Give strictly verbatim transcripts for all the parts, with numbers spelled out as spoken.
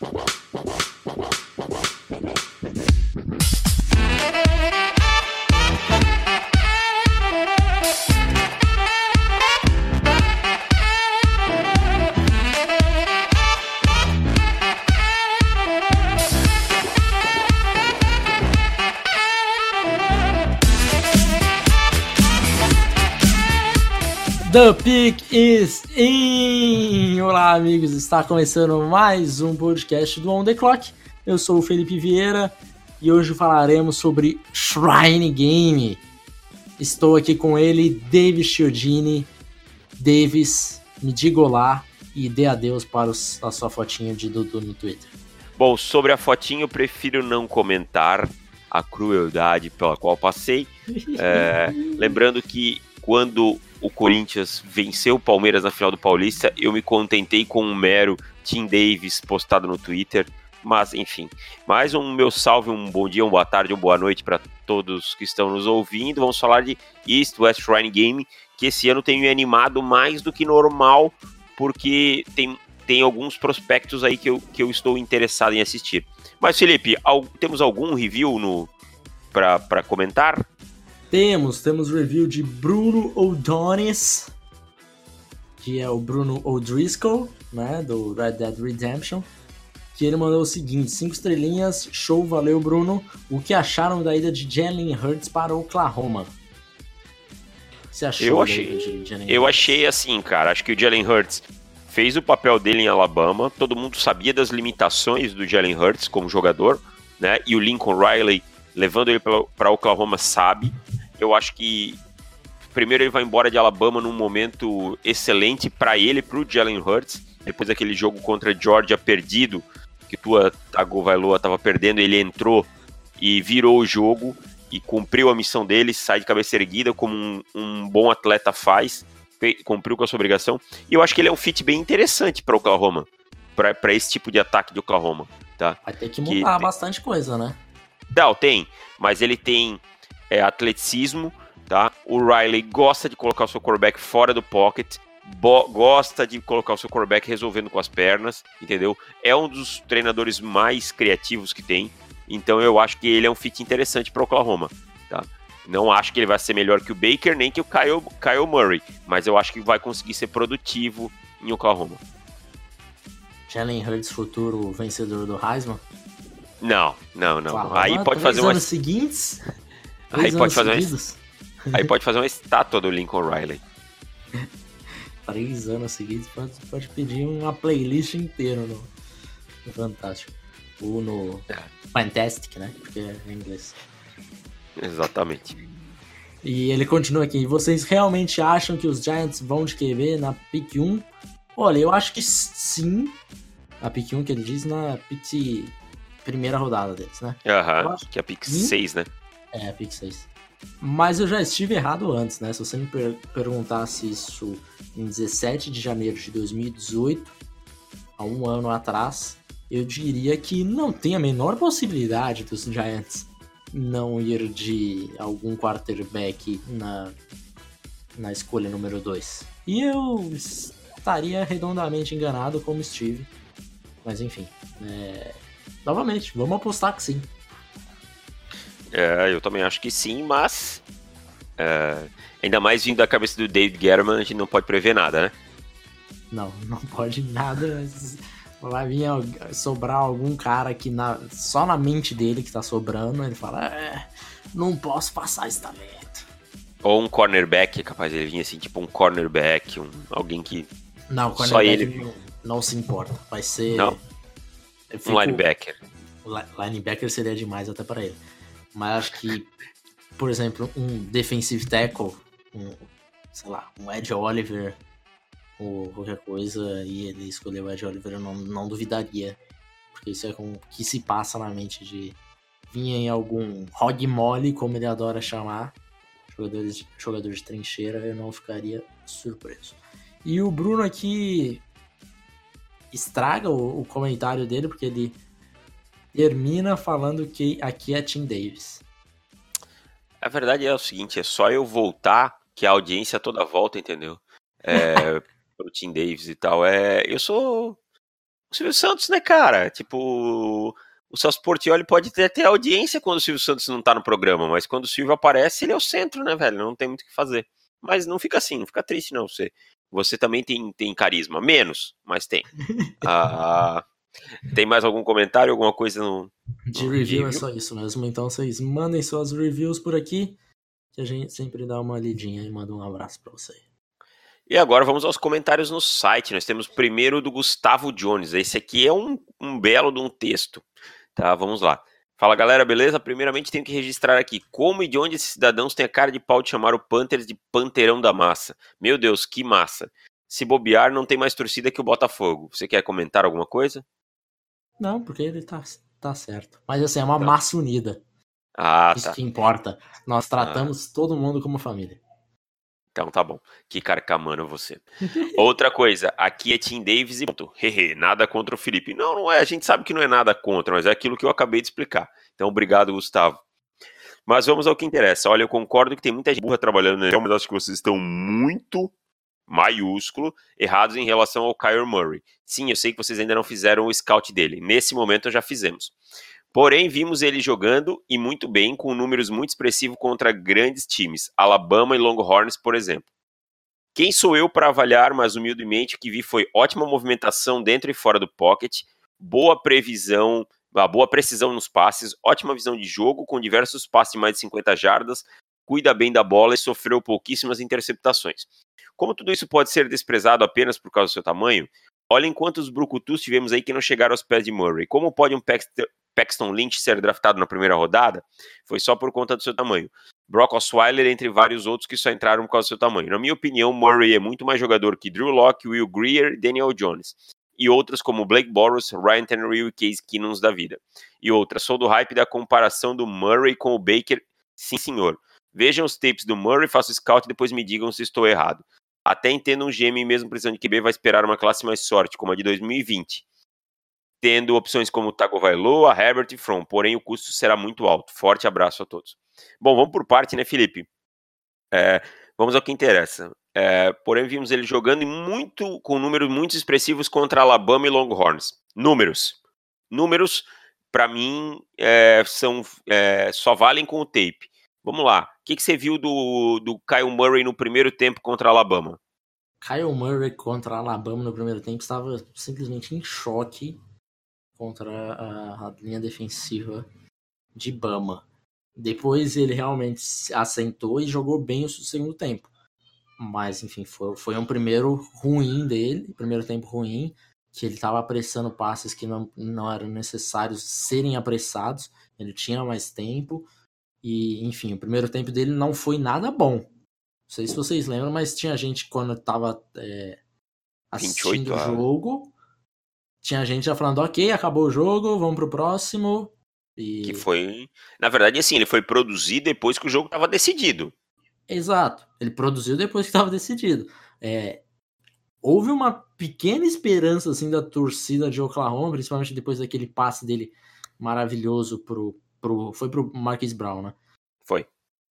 The Pick is in! Olá, amigos, está começando mais um podcast do On The Clock. Eu sou o Felipe Vieira e hoje falaremos sobre Shrine Game. Estou aqui com ele, Davis Chiodini. Davis, me diga olá e dê adeus para os, a sua fotinha de Dudu no Twitter. Bom, sobre a fotinha eu prefiro não comentar a crueldade pela qual passei. É, lembrando que quando o Corinthians venceu o Palmeiras na final do Paulista, eu me contentei com um mero Tim Davis postado no Twitter, mas enfim. Mais um meu salve, um bom dia, uma boa tarde, uma boa noite para todos que estão nos ouvindo. Vamos falar de East West Shrine Game, que esse ano tem me animado mais do que normal, porque tem, tem alguns prospectos aí que eu, que eu estou interessado em assistir. Mas Felipe, al, temos algum review no, para comentar? Temos, temos review de Bruno O'Donis, que é o Bruno O'Driscoll, né, do Red Dead Redemption, que ele mandou o seguinte: cinco estrelinhas, show, valeu Bruno. O que acharam da ida de Jalen Hurts para Oklahoma? O que você achou eu da achei, ida de Jalen Eu Hurts? achei assim, cara, acho que o Jalen Hurts fez o papel dele em Alabama, todo mundo sabia das limitações do Jalen Hurts como jogador, né, e o Lincoln Riley, levando ele para Oklahoma, sabe. Eu acho que primeiro ele vai embora de Alabama num momento excelente para ele, para o Jalen Hurts, depois daquele jogo contra Georgia perdido, que Tua Tagovailoa estava perdendo, ele entrou e virou o jogo e cumpriu a missão dele, sai de cabeça erguida como um, um bom atleta faz, cumpriu com a sua obrigação, e eu acho que ele é um fit bem interessante para Oklahoma, para esse tipo de ataque de Oklahoma. Tá? Vai ter que mudar que, bastante coisa, né? Não, tem, mas ele tem é, atleticismo, tá? O Riley gosta de colocar o seu quarterback fora do pocket, bo- gosta de colocar o seu quarterback resolvendo com as pernas, entendeu? É um dos treinadores mais criativos que tem, então eu acho que ele é um fit interessante para o Oklahoma, tá? Não acho que ele vai ser melhor que o Baker, nem que o Kyle, Kyle Murray, mas eu acho que vai conseguir ser produtivo em Oklahoma. Jalen Hurts, futuro vencedor do Heisman? Não, não, não. Claro, aí pode fazer umas... anos seguintes... Aí pode, fazer seguidos. uma... Aí pode fazer uma estátua do Lincoln Riley. Três anos seguidos, pode, pode pedir uma playlist inteira no, no Fantástico. Ou no é. Fantastic, né? Porque é em inglês. Exatamente. E ele continua aqui: vocês realmente acham que os Giants vão de Q B na pick um? Olha, eu acho que sim. A pick um que ele diz na pick primeira rodada deles, né? Aham, que é a pick seis, né? É, a pick seis. Mas eu já estive errado antes, né? Se você me per- perguntasse isso em dezessete de janeiro de dois mil e dezoito, há um ano atrás, eu diria que não tem a menor possibilidade dos Giants não ir de algum quarterback na, na escolha número dois. E eu estaria redondamente enganado como estive. Mas enfim, é... novamente, vamos apostar que sim. É, eu também acho que sim, mas é, ainda mais vindo da cabeça do David Guerrero, a gente não pode prever nada, né? Não, não pode nada. Vai vir sobrar algum cara que na, só na mente dele que tá sobrando, ele fala, é, não posso passar esse talento. Ou um cornerback, é capaz de ele vir assim, tipo um cornerback, um, alguém que não, o só ele não, não se importa, vai ser... Não, fico, um linebacker. O linebacker seria demais até para ele. Mas acho que, por exemplo, um defensive tackle, um, sei lá, um Ed Oliver ou qualquer coisa, e ele escolheu o Ed Oliver, eu não, não duvidaria. Porque isso é com o que se passa na mente de vir em algum hog mole, como ele adora chamar, jogadores, jogador de trincheira, eu não ficaria surpreso. E o Bruno aqui estraga o, o comentário dele, porque ele termina falando que aqui é Tim Davis. A verdade é o seguinte, é só eu voltar que a audiência toda volta, entendeu? É, pro Tim Davis e tal. É, eu sou O Silvio Santos, né, cara? Tipo, o Celso Portiolli pode ter até audiência quando o Silvio Santos não tá no programa, mas quando o Silvio aparece, ele é o centro, né, velho? Não tem muito o que fazer. Mas não fica assim, não fica triste, não. Você, você também tem, tem carisma. Menos, mas tem. Ah, tem mais algum comentário, alguma coisa no, De no review review? é só isso mesmo. Então vocês mandem suas reviews por aqui, que a gente sempre dá uma lidinha e manda um abraço pra você. E agora vamos aos comentários no site. Nós temos primeiro do Gustavo Jones. Esse aqui é um, um belo de um texto. Tá, vamos lá. Fala, galera, beleza? Primeiramente tenho que registrar aqui como e de onde esses cidadãos têm a cara de pau de chamar o Panthers de Panteirão da Massa. Meu Deus, que massa. Se bobear, não tem mais torcida que o Botafogo. Você quer comentar alguma coisa? Não, porque ele tá, tá certo. Mas assim, é uma Tá. massa unida. Ah, Isso tá. que importa. Nós tratamos Ah. todo mundo como família. Então tá bom. Que carcamano você. Outra coisa, aqui é Tim Davis e ponto. Hehe, nada contra o Felipe. Não, não é. A gente sabe que não é nada contra, mas é aquilo que eu acabei de explicar. Então, obrigado, Gustavo. Mas vamos ao que interessa. Olha, eu concordo que tem muita gente burra trabalhando na N F L, mas acho que vocês estão muito, maiúsculo, errados em relação ao Kyler Murray. Sim, eu sei que vocês ainda não fizeram o scout dele. Nesse momento já fizemos. Porém, vimos ele jogando e muito bem, com números muito expressivos contra grandes times, Alabama e Longhorns, por exemplo. Quem sou eu para avaliar, mas humildemente, o que vi foi ótima movimentação dentro e fora do pocket, boa previsão, uma boa precisão nos passes, ótima visão de jogo, com diversos passes de mais de cinquenta jardas, cuida bem da bola e sofreu pouquíssimas interceptações. Como tudo isso pode ser desprezado apenas por causa do seu tamanho, olhem quantos brucutus tivemos aí que não chegaram aos pés de Murray. Como pode um Paxton Lynch ser draftado na primeira rodada? Foi só por conta do seu tamanho. Brock Osweiler, entre vários outros que só entraram por causa do seu tamanho. Na minha opinião, Murray é muito mais jogador que Drew Lock, Will Grier e Daniel Jones. E outras como Blake Bortles, Ryan Tannehill e Case Keenum da vida. E outras, sou do hype da comparação do Murray com o Baker. Sim, senhor. Vejam os tapes do Murray, façam scout e depois me digam se estou errado. Até entendo um G M mesmo precisando de Q B vai esperar uma classe mais sorte, como a de dois mil e vinte. Tendo opções como Tagovailoa, Herbert e From, porém o custo será muito alto. Forte abraço a todos. Bom, vamos por parte, né, Felipe? É, vamos ao que interessa. É, porém, vimos ele jogando muito, com números muito expressivos contra Alabama e Longhorns. Números. Números, para mim, é, são, é, só valem com o tape. Vamos lá. O que, que você viu do, do Kyle Murray no primeiro tempo contra Alabama? Kyle Murray contra Alabama no primeiro tempo estava simplesmente em choque contra a, a linha defensiva de Bama. Depois ele realmente se assentou e jogou bem o segundo tempo. Mas, enfim, foi, foi um primeiro ruim dele, primeiro tempo ruim, que ele estava apressando passes que não, não eram necessários serem apressados. Ele tinha mais tempo. E, enfim, o primeiro tempo dele não foi nada bom. Não sei se vocês lembram, mas tinha gente quando estava é, assistindo o jogo, tinha gente já falando, ok, acabou o jogo, vamos pro próximo. E... Que foi, na verdade, assim, ele foi produzir depois que o jogo estava decidido. Exato, ele produziu depois que estava decidido. É, houve uma pequena esperança assim da torcida de Oklahoma, principalmente depois daquele passe dele maravilhoso pro, pro foi pro Marquise Brown, né? Foi.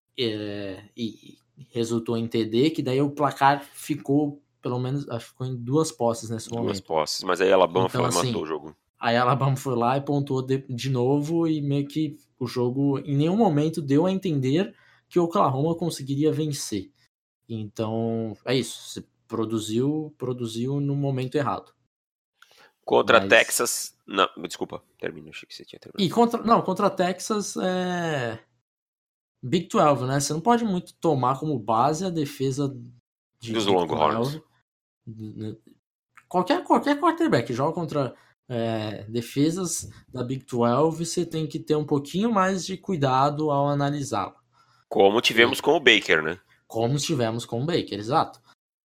É, e resultou em T D, que daí o placar ficou, pelo menos, ficou em duas posses nesse duas momento. Duas posses, mas aí a Alabama então, foi, assim, matou o jogo. Aí a Alabama foi lá e pontuou de, de novo e meio que o jogo em nenhum momento deu a entender que o Oklahoma conseguiria vencer. Então, é isso. Você produziu, produziu no momento errado. Contra Mas... Texas... Não, desculpa, termina, achei que você tinha terminado. E contra, não, contra Texas é Big doze, né? Você não pode muito tomar como base a defesa de dos Big Longhorns. doze. Qualquer, qualquer quarterback que joga contra é, defesas da Big doze, você tem que ter um pouquinho mais de cuidado ao analisá-lo. Como tivemos e, com o Baker, né? Como tivemos com o Baker, exato.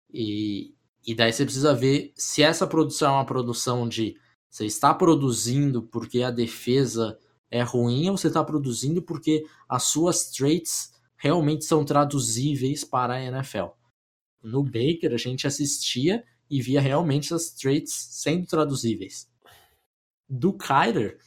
E, e daí você precisa ver se essa produção é uma produção de você está produzindo porque a defesa é ruim ou você está produzindo porque as suas traits realmente são traduzíveis para a N F L. No Baker, a gente assistia e via realmente essas traits sendo traduzíveis. Do Kyler,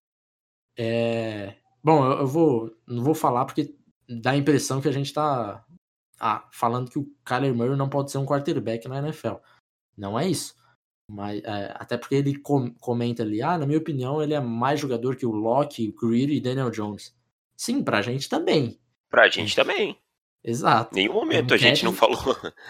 é... bom, eu, eu vou, não vou falar porque dá a impressão que a gente está ah, falando que o Kyler Murray não pode ser um quarterback na N F L. Não é isso. Mas, é, até porque ele com, comenta ali, ah, na minha opinião, ele é mais jogador que o Locke, o Greedy e Daniel Jones. Sim, pra gente também. Pra gente também. Exato. Nenhum momento não a gente não dizer, falou.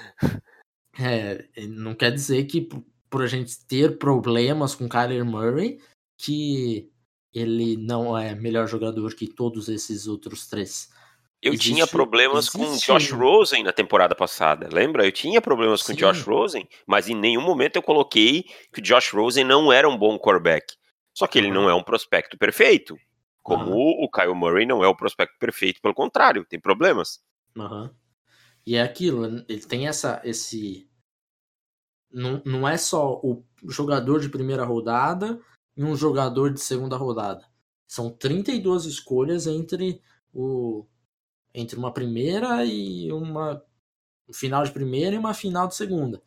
É, não quer dizer que por, por a gente ter problemas com Kyler Murray, que ele não é melhor jogador que todos esses outros três. Eu existe, tinha problemas existe... com Josh Rosen na temporada passada, lembra? Eu tinha problemas Sim. com Josh Rosen, mas em nenhum momento eu coloquei que o Josh Rosen não era um bom quarterback. Só que ele uhum. não é um prospecto perfeito. Como uhum. o Kyle Murray não é o prospecto perfeito, pelo contrário, tem problemas. Uhum. E é aquilo, ele tem essa, esse... Não, não é só o jogador de primeira rodada e um jogador de segunda rodada. São trinta e duas escolhas entre o... entre uma primeira e uma um final de primeira e uma final de segunda.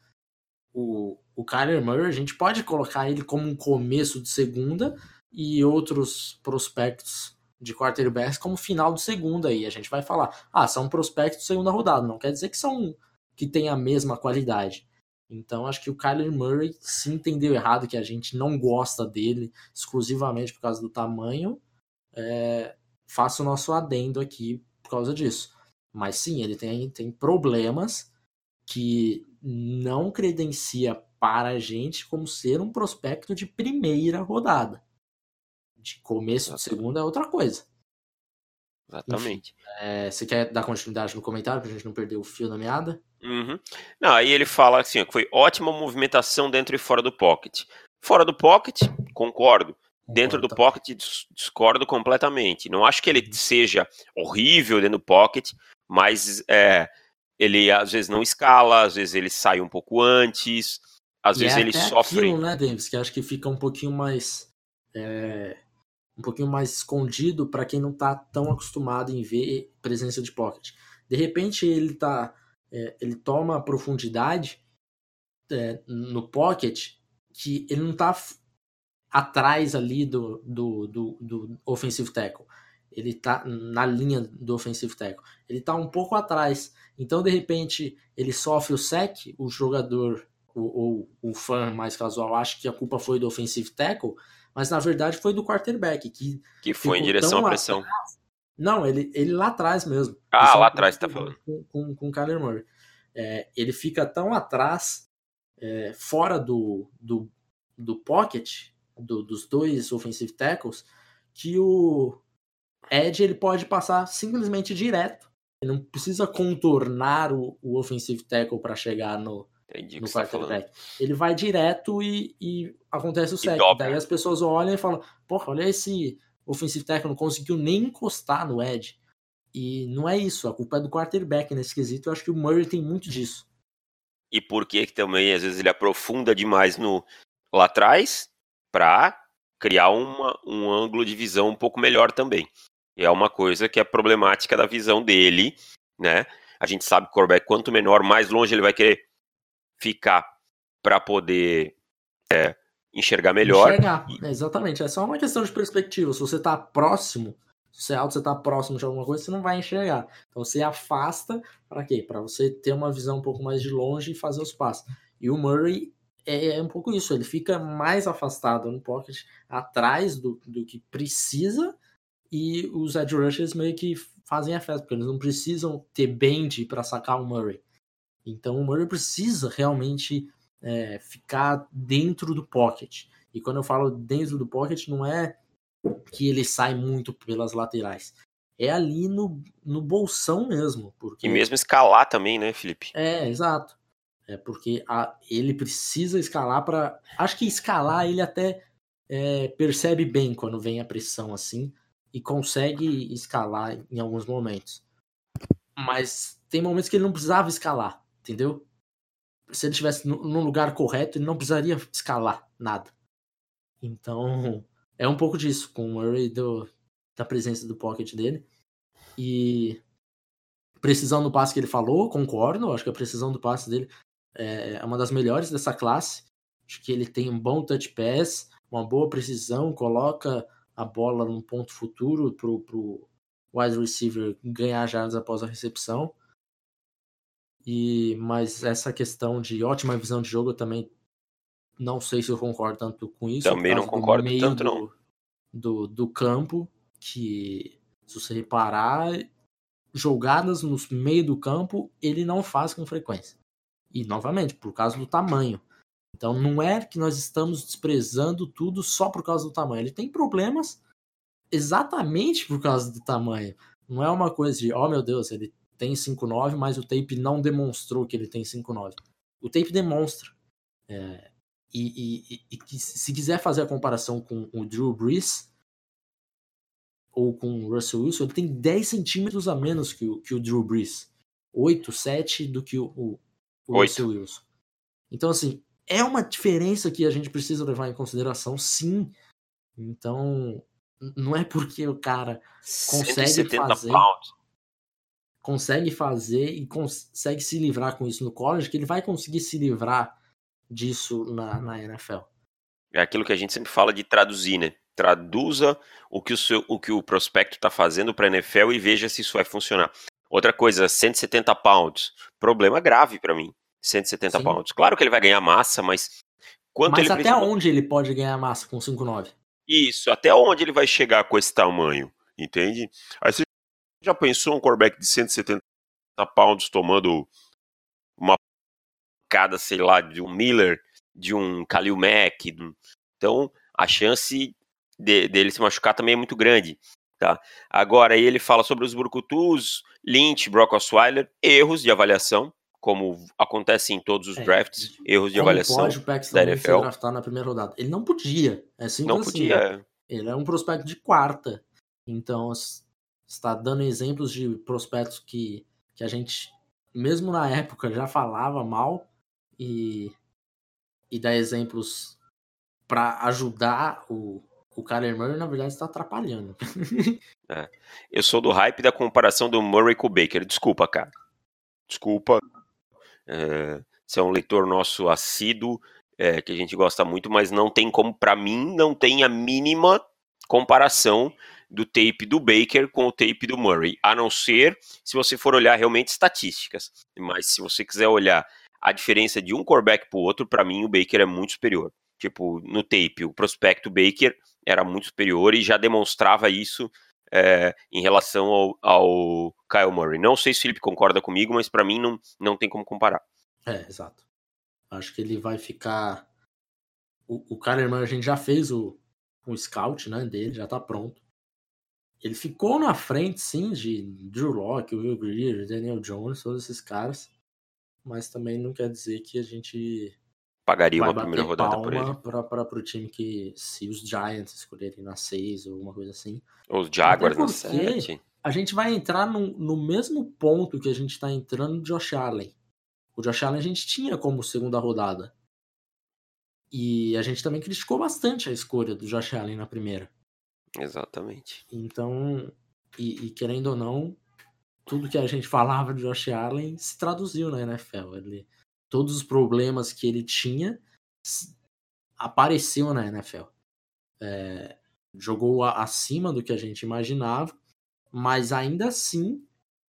O, o Kyler Murray, a gente pode colocar ele como um começo de segunda e outros prospectos de quarterbacks como final de segunda aí. A gente vai falar, ah, são prospectos de segunda rodada, não quer dizer que são que tem a mesma qualidade. Então acho que o Kyler Murray se entendeu errado, que a gente não gosta dele exclusivamente por causa do tamanho. É, faço o nosso adendo aqui por causa disso. Mas sim, ele tem, tem problemas que não credencia para a gente como ser um prospecto de primeira rodada. De começo de segunda é outra coisa. Exatamente. Enfim, é, você quer dar continuidade no comentário para a gente não perder o fio da meada? Uhum. Não, aí ele fala assim, que foi ótima movimentação dentro e fora do pocket. Fora do pocket, concordo. Dentro do também. Pocket, discordo completamente. Não acho que ele uhum. seja horrível dentro do pocket, mas é, ele às vezes não escala, às vezes ele sai um pouco antes, às e vezes é ele até sofre... aquilo, né, Davis, que acho que fica um pouquinho mais... É, um pouquinho mais escondido para quem não tá tão acostumado em ver presença de pocket. De repente ele tá... É, ele toma profundidade é, no pocket que ele não tá atrás ali do, do, do, do offensive tackle. Ele tá na linha do offensive tackle. Ele tá um pouco atrás. Então, de repente, ele sofre o sack, o jogador, ou o, o fã mais casual, acha que a culpa foi do offensive tackle, mas na verdade foi do quarterback, que, que foi em direção à pressão. Atrás. Não, ele, ele lá atrás mesmo. Ah, lá atrás você tá falando. Com, com, com o Kyler Murray. É, ele fica tão atrás, é, fora do, do, do pocket, do, dos dois offensive tackles, que o Edge ele pode passar simplesmente direto. Ele não precisa contornar o, o offensive tackle para chegar no, Entendi no que quarterback. Tá ele vai direto e, e acontece o sack. Daí as pessoas olham e falam, porra, olha esse offensive tackle, não conseguiu nem encostar no Edge. E não é isso, a culpa é do quarterback nesse quesito. Eu acho que o Murray tem muito disso. E por que também, às vezes, ele aprofunda demais no lá atrás para criar uma, um ângulo de visão um pouco melhor também. E é uma coisa que é problemática da visão dele, né? A gente sabe que o quarterback, quanto menor, mais longe ele vai querer ficar para poder é, enxergar melhor. Enxergar, exatamente. É só uma questão de perspectiva. Se você está próximo, se você é alto, você está próximo de alguma coisa, você não vai enxergar. Então você afasta, para quê? Para você ter uma visão um pouco mais de longe e fazer os passos. E o Murray é, é um pouco isso, ele fica mais afastado no pocket, atrás do, do que precisa, e os edge rushers meio que fazem a festa, porque eles não precisam ter bend para sacar o Murray. Então o Murray precisa realmente é, ficar dentro do pocket. E quando eu falo dentro do pocket, não é que ele sai muito pelas laterais. É ali no, no bolsão mesmo. Porque... E mesmo escalar também, né, Felipe? É, exato. É porque a, ele precisa escalar para... Acho que escalar ele até é, percebe bem quando vem a pressão assim e consegue escalar em alguns momentos. Mas tem momentos que ele não precisava escalar, entendeu? Se ele estivesse no, no lugar correto, ele não precisaria escalar nada. Então, é um pouco disso, com o Murray do, da presença do pocket dele. E precisão do passe que ele falou, concordo. Acho que a precisão do passe dele é uma das melhores dessa classe. Acho que ele tem um bom touch pass, uma boa precisão, coloca a bola num ponto futuro pro, pro wide receiver ganhar jardas após a recepção. E, mas essa questão de ótima visão de jogo eu também não sei se eu concordo tanto com isso. Também não concordo meio tanto, do, não. Do, do campo, que se você reparar, jogadas no meio do campo, ele não faz com frequência. E, novamente, por causa do tamanho. Então, não é que nós estamos desprezando tudo só por causa do tamanho. Ele tem problemas exatamente por causa do tamanho. Não é uma coisa de, oh meu Deus, ele tem cinco nove, mas o tape não demonstrou que ele tem cinco nove. O tape demonstra. É, e, e, e, e se quiser fazer a comparação com o Drew Brees ou com o Russell Wilson, ele tem dez centímetros a menos que o, que o Drew Brees. oito, sete do que o, o, o Russell Wilson. Então, assim, é uma diferença que a gente precisa levar em consideração, sim. Então, não é porque o cara consegue cento e setenta fazer... pounds. consegue fazer e consegue se livrar com isso no college, que ele vai conseguir se livrar disso na, na N F L. É aquilo que a gente sempre fala de traduzir, né? Traduza o que o, seu, o, que o prospecto está fazendo para a N F L e veja se isso vai funcionar. Outra coisa, cento e setenta pounds. Problema grave para mim. cento e setenta Sim. pounds. Claro que ele vai ganhar massa, mas quanto mas ele até precisa... onde ele pode ganhar massa com cinco nove? Isso, até onde ele vai chegar com esse tamanho, entende? Aí você já pensou um quarterback de cento e setenta pounds tomando uma cada, sei lá, de um Miller, de um Khalil Mack? Então, a chance de, dele se machucar também é muito grande, tá? Agora, aí ele fala sobre os brucutus, Lynch, Brock Osweiler, erros de avaliação, como acontece em todos os É, drafts, erros de como avaliação pode o Paxton da Lynch N F ser L. draftado na primeira rodada? Ele não podia, é simples Não assim. podia. Ele é um prospecto de quarta, então está dando exemplos de prospectos que, que a gente, mesmo na época, já falava mal, e, e dá exemplos para ajudar o, o Kyler Murray, na verdade, está atrapalhando. É. Eu sou do hype da comparação do Murray com o Baker. Desculpa, cara. Desculpa. É, você é um leitor nosso assíduo, é, que a gente gosta muito, mas não tem como, para mim, não tem a mínima comparação do tape do Baker com o tape do Murray, a não ser se você for olhar realmente estatísticas. Mas se você quiser olhar a diferença de um quarterback para o outro, para mim o Baker é muito superior. Tipo, no tape, o prospecto Baker era muito superior e já demonstrava isso é, em relação ao, ao Kyle Murray. Não sei se o Felipe concorda comigo, mas para mim não, não tem como comparar. É, exato. Acho que ele vai ficar... O, o Kyler Murray, a gente já fez o, o scout, né, dele, já tá pronto. Ele ficou na frente, sim, de Drew Lock, Will Grier, Daniel Jones, todos esses caras. Mas também não quer dizer que a gente pagaria vai uma primeira bater rodada por ele. palma para o time que, se os Giants escolherem na seis ou alguma coisa assim. Ou os Jaguars Até na sete. A gente vai entrar no, no mesmo ponto que a gente está entrando no Josh Allen. O Josh Allen a gente tinha como segunda rodada. E a gente também criticou bastante a escolha do Josh Allen na primeira. Exatamente. Então, e, e querendo ou não, tudo que a gente falava de Josh Allen se traduziu na N F L. Ele, todos os problemas que ele tinha apareceu na N F L. É, jogou a, acima do que a gente imaginava, mas ainda assim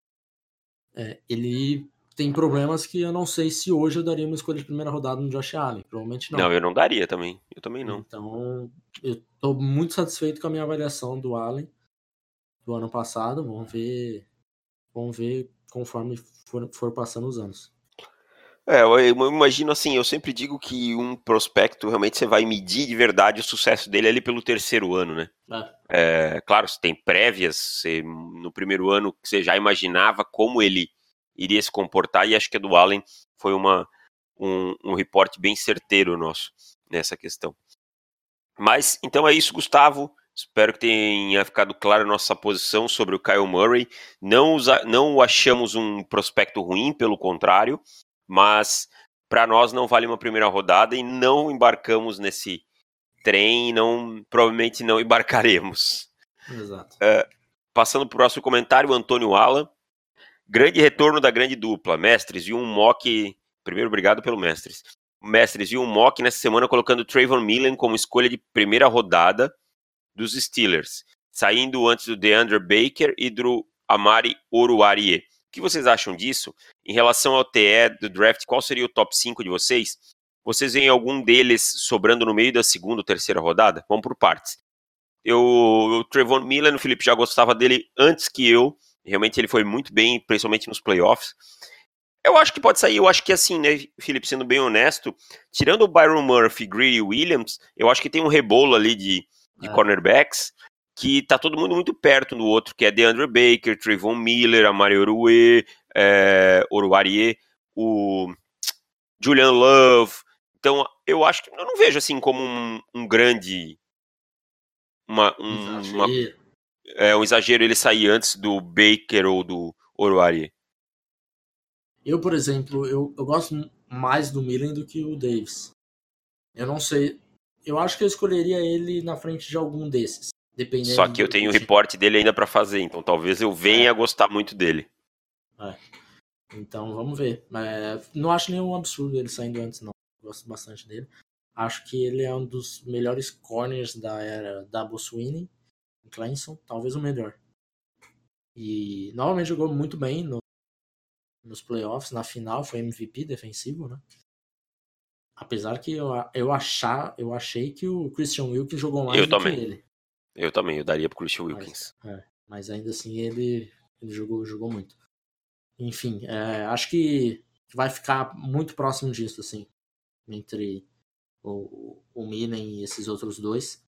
é, ele tem problemas que eu não sei se hoje eu daria uma escolha de primeira rodada no Josh Allen. Provavelmente não. Não, eu não daria também. Eu também não. Então, eu tô muito satisfeito com a minha avaliação do Allen do ano passado. Vamos ver, vamos ver conforme for, for passando os anos. É, eu imagino assim, eu sempre digo que um prospecto, realmente você vai medir de verdade o sucesso dele ali pelo terceiro ano, né? É. É, claro, você tem prévias, você, no primeiro ano você já imaginava como ele iria se comportar, e acho que a do Allen foi uma, um, um reporte bem certeiro nosso nessa questão. Mas, então é isso, Gustavo. Espero que tenha ficado clara a nossa posição sobre o Kyle Murray. Não, usa, não o achamos um prospecto ruim, pelo contrário, mas para nós não vale uma primeira rodada e não embarcamos nesse trem, não, provavelmente não embarcaremos. Exato. Uh, passando para o próximo comentário, o Antônio Alan. Grande retorno da grande dupla. Mestres, e um mock... Primeiro, obrigado pelo Mestres. Mestres, e um mock nessa semana colocando Trayvon Millen como escolha de primeira rodada dos Steelers, saindo antes do DeAndre Baker e do Amari Oruwariye. O que vocês acham disso? Em relação ao T E do draft, qual seria o top cinco de vocês? vocês veem algum deles sobrando no meio da segunda ou terceira rodada? Vamos por partes. Eu, o Trevon Millen, o Felipe já gostava dele antes que eu. Realmente ele foi muito bem, principalmente nos playoffs. Eu acho que pode sair, eu acho que assim, né, Felipe, sendo bem honesto, tirando o Byron Murphy, Greedy e Williams, eu acho que tem um rebolo ali de, de É. cornerbacks que tá todo mundo muito perto do outro, que é DeAndre Baker, Trevon Miller, Amari Oruwariye, é, Oruwariye, o Julian Love. Então, eu acho que eu não vejo assim como um, um grande uma, um, uma, Exagero. é, um exagero ele sair antes do Baker ou do Oruwariye. Eu, por exemplo, eu, eu gosto mais do Millen do que o Davis. Eu não sei. Eu acho que eu escolheria ele na frente de algum desses. Dependendo Só que eu do, tenho o do time. reporte dele ainda pra fazer, então talvez eu venha É. a gostar muito dele. É. Então vamos ver. É, não acho nenhum absurdo ele saindo antes, não. Gosto bastante dele. Acho que ele é um dos melhores corners da era Double Sweeney, Clemson, talvez o melhor. E novamente jogou muito bem no, nos playoffs, na final foi M V P defensivo, né? Apesar que eu, eu, achar, eu achei que o Christian Wilkins jogou mais Eu do também. que ele. Eu também, eu daria pro Christian Mas, Wilkins. é, mas ainda assim ele, ele jogou, jogou muito. Enfim, é, acho que vai ficar muito próximo disso, assim, entre o, o Millen e esses outros dois.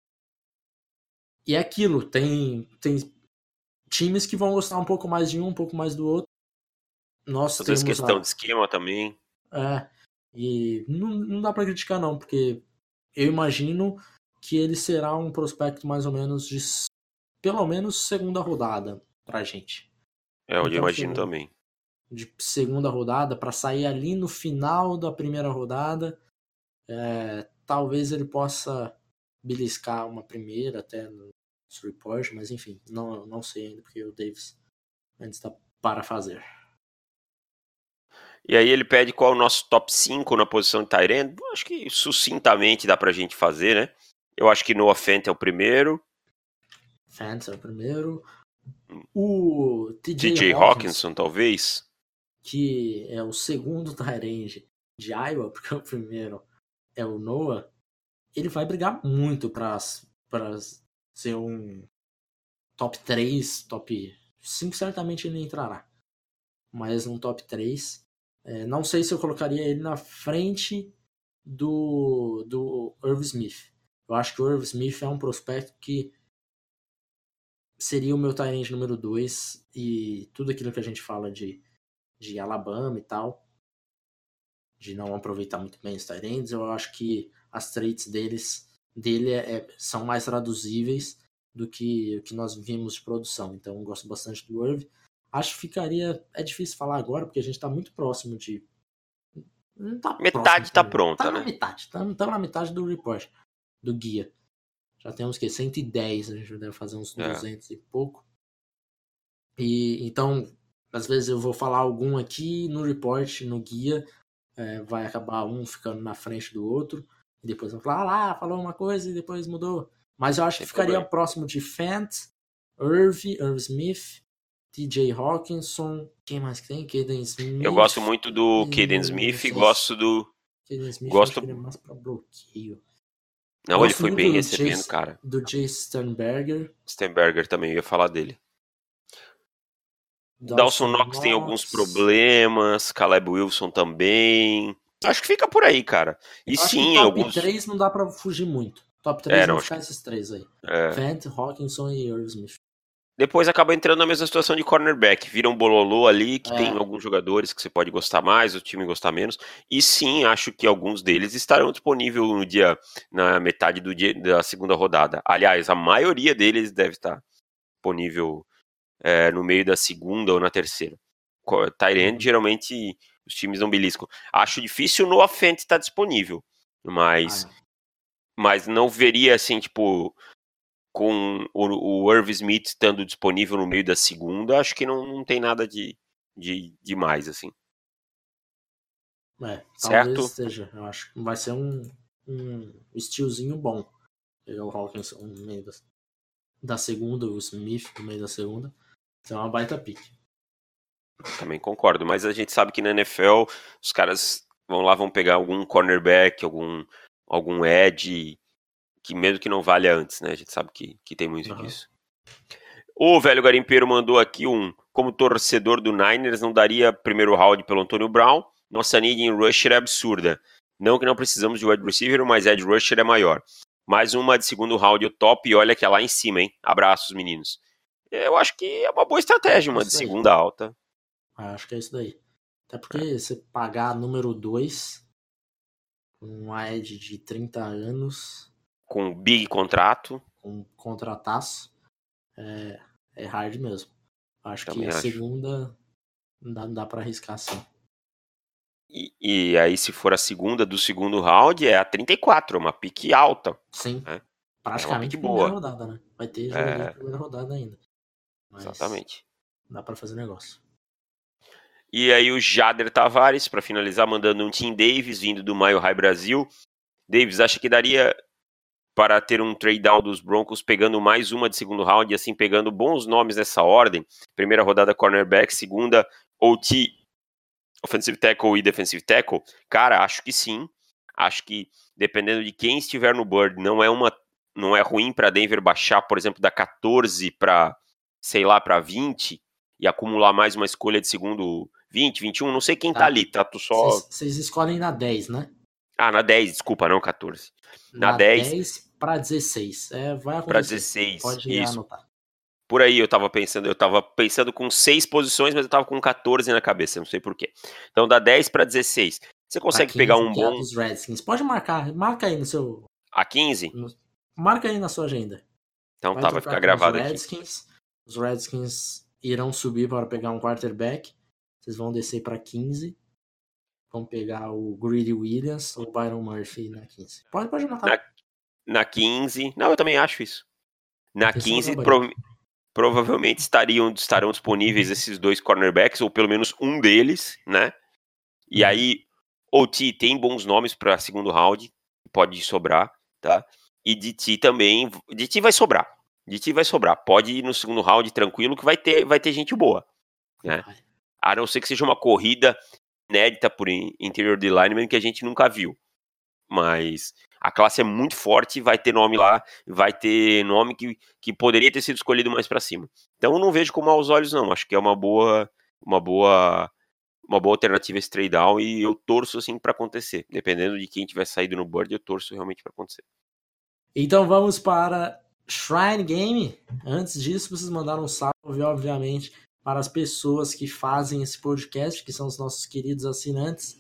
E é aquilo, tem, tem times que vão gostar um pouco mais de um, um pouco mais do outro. Nós Às vezes temos questão a... de esquema também. É, e não, não dá pra criticar não, porque eu imagino que ele será um prospecto mais ou menos de pelo menos segunda rodada pra gente. É, eu Então, imagino segunda, também. de segunda rodada para sair ali no final da primeira rodada, é, talvez ele possa beliscar uma primeira até no report, mas enfim, não, não sei ainda porque o Davis ainda está para fazer. E aí ele pede qual é o nosso top cinco na posição de tight end. Acho que sucintamente dá pra gente fazer, né? Eu acho que Noah Fant é o primeiro. Fant é o primeiro. O T J, T J Hawkins, Hawkinson, talvez. que é o segundo tight end de Iowa, porque o primeiro é o Noah, ele vai brigar muito para ser um top três, top cinco, certamente ele entrará. Mas um top três. É, não sei se eu colocaria ele na frente do, do Irv Smith. Eu acho que o Irv Smith é um prospecto que seria o meu tight end número dois e tudo aquilo que a gente fala de, de Alabama e tal, de não aproveitar muito bem os tight ends, eu acho que as traits deles, dele é, são mais traduzíveis do que o que nós vimos de produção. Então eu gosto bastante do Irv. Acho que ficaria... É difícil falar agora, porque a gente está muito próximo de... Não tá Metade próximo, tá também. pronta, Tá né? na metade. Estamos na metade do report, do guia. Já temos que cento e dez, a gente deve fazer uns É. duzentos e pouco. E então, às vezes eu vou falar algum aqui no report, no guia, é, vai acabar um ficando na frente do outro, e depois vão falar, ah lá, falou uma coisa e depois mudou. Mas eu acho Sem que ficaria problema. próximo de Fant, Irv, Irv Smith, T J Hawkinson, quem mais que tem? Caden Smith. Eu gosto muito do Caden Não Smith sei e gosto do... Caden Smith, Gosto- acho que ele é mais pra bloqueio. Não, Gosto ele foi muito bem do recebendo, Jace- cara. Do Jay Sternberger. Stenberger também, eu ia falar dele. Dawson Dawson Knox tem alguns Knox. problemas, Caleb Wilson também. Acho que fica por aí, cara. E Eu acho que sim, top alguns... três não dá pra fugir muito. Top três É, não, vão acho ficar que- esses três aí. É. Fant, Hawkinson e Irv Smith. Depois acaba entrando na mesma situação de cornerback. Vira um bololô ali, que É. tem alguns jogadores que você pode gostar mais, o time gostar menos. E sim, acho que alguns deles estarão disponíveis no dia, na metade do dia da segunda rodada. Aliás, a maioria deles deve estar disponível é, no meio da segunda ou na terceira. Tight end, Uhum. geralmente, os times não beliscam. Acho difícil o Noah Fant estar disponível. Mas, Ah, é. mas não veria, assim, tipo... com o, o Irv Smith estando disponível no meio da segunda, acho que não, não tem nada de, de, de mais, assim. É, talvez Certo? esteja. Eu acho que vai ser um, um estilozinho bom. Pegar o Hawkinson no meio da, da segunda, o Smith no meio da segunda. Então é uma baita pique. Também concordo, mas a gente sabe que na N F L os caras vão lá, vão pegar algum cornerback, algum, algum edge, que mesmo que não valha antes, né? A gente sabe que, que tem muito Uhum. disso. O velho garimpeiro mandou aqui um, como torcedor do Niners, não daria primeiro round pelo Antônio Brown. Nossa need em rusher é absurda. Não que não precisamos de wide receiver, mas edge rusher é maior. Mais uma de segundo round o top e olha que é lá em cima, hein? Abraços, meninos. Eu acho que é uma boa estratégia, uma de segunda alta. Acho que é isso daí. Até porque é. você pagar número dois, um edge de trinta anos... Com big contrato. Com contrataço, é, é hard mesmo. Acho Também que a acho. segunda dá, dá pra arriscar sim. E, e aí, se for a segunda do segundo round, é a trinta e quatro, uma pique alta. Sim. Né? Praticamente é primeira boa. rodada, né? Vai ter jogador É... de primeira rodada ainda. Mas Exatamente. dá pra fazer negócio. E aí o Jader Tavares, para finalizar, mandando um Tim Davis, vindo do Mile High Brasil. Davis, acha que daria para ter um trade down dos Broncos, pegando mais uma de segundo round, e assim pegando bons nomes nessa ordem? Primeira rodada cornerback, segunda O T, offensive tackle e defensive tackle? Cara, acho que sim. Acho que dependendo de quem estiver no board, não é uma não é ruim para Denver baixar, por exemplo, da catorze para, sei lá, para vinte e acumular mais uma escolha de segundo vinte, vinte e um, não sei quem tá, tá ali, tá? Tu só Vocês escolhem na dez, né? Ah, na dez, desculpa, não catorze. Na, na dez, dez para dezesseis. É, vai acontecer. Para dezesseis. Pode isso. anotar. Por aí eu tava pensando, eu tava pensando com seis posições, mas eu tava com catorze na cabeça, não sei porquê. Então da dez para dezesseis. Você consegue quinze, pegar um que bom. É a dos Redskins. Pode marcar, marca aí no seu. A quinze? No... Marca aí na sua agenda. Então vai tá, vai ficar gravado os aqui. Redskins. Os Redskins irão subir para pegar um quarterback. Vocês vão descer para quinze. Vão pegar o Greedy Williams ou o Byron Murphy na quinze. Pode, pode anotar. Na, na quinze. Não, eu também acho isso. Na quinze, pro, provavelmente estariam, estarão disponíveis esses dois cornerbacks, ou pelo menos um deles, né? E uhum. aí, O T tem bons nomes para segundo round, pode sobrar, tá? E D T também, D T vai sobrar. D T vai sobrar. Pode ir no segundo round tranquilo, que vai ter, vai ter gente boa, né? A não ser que seja uma corrida inédita por interior de lineman que a gente nunca viu. Mas a classe é muito forte, vai ter nome lá, vai ter nome que, que poderia ter sido escolhido mais para cima. Então eu não vejo com maus olhos, não. Acho que é uma boa, uma boa, uma boa alternativa esse trade down e eu torço assim para acontecer. Dependendo de quem tiver saído no board, eu torço realmente para acontecer. Então vamos para Shrine Game. Antes disso, vocês mandaram um salve, obviamente, para as pessoas que fazem esse podcast, que são os nossos queridos assinantes.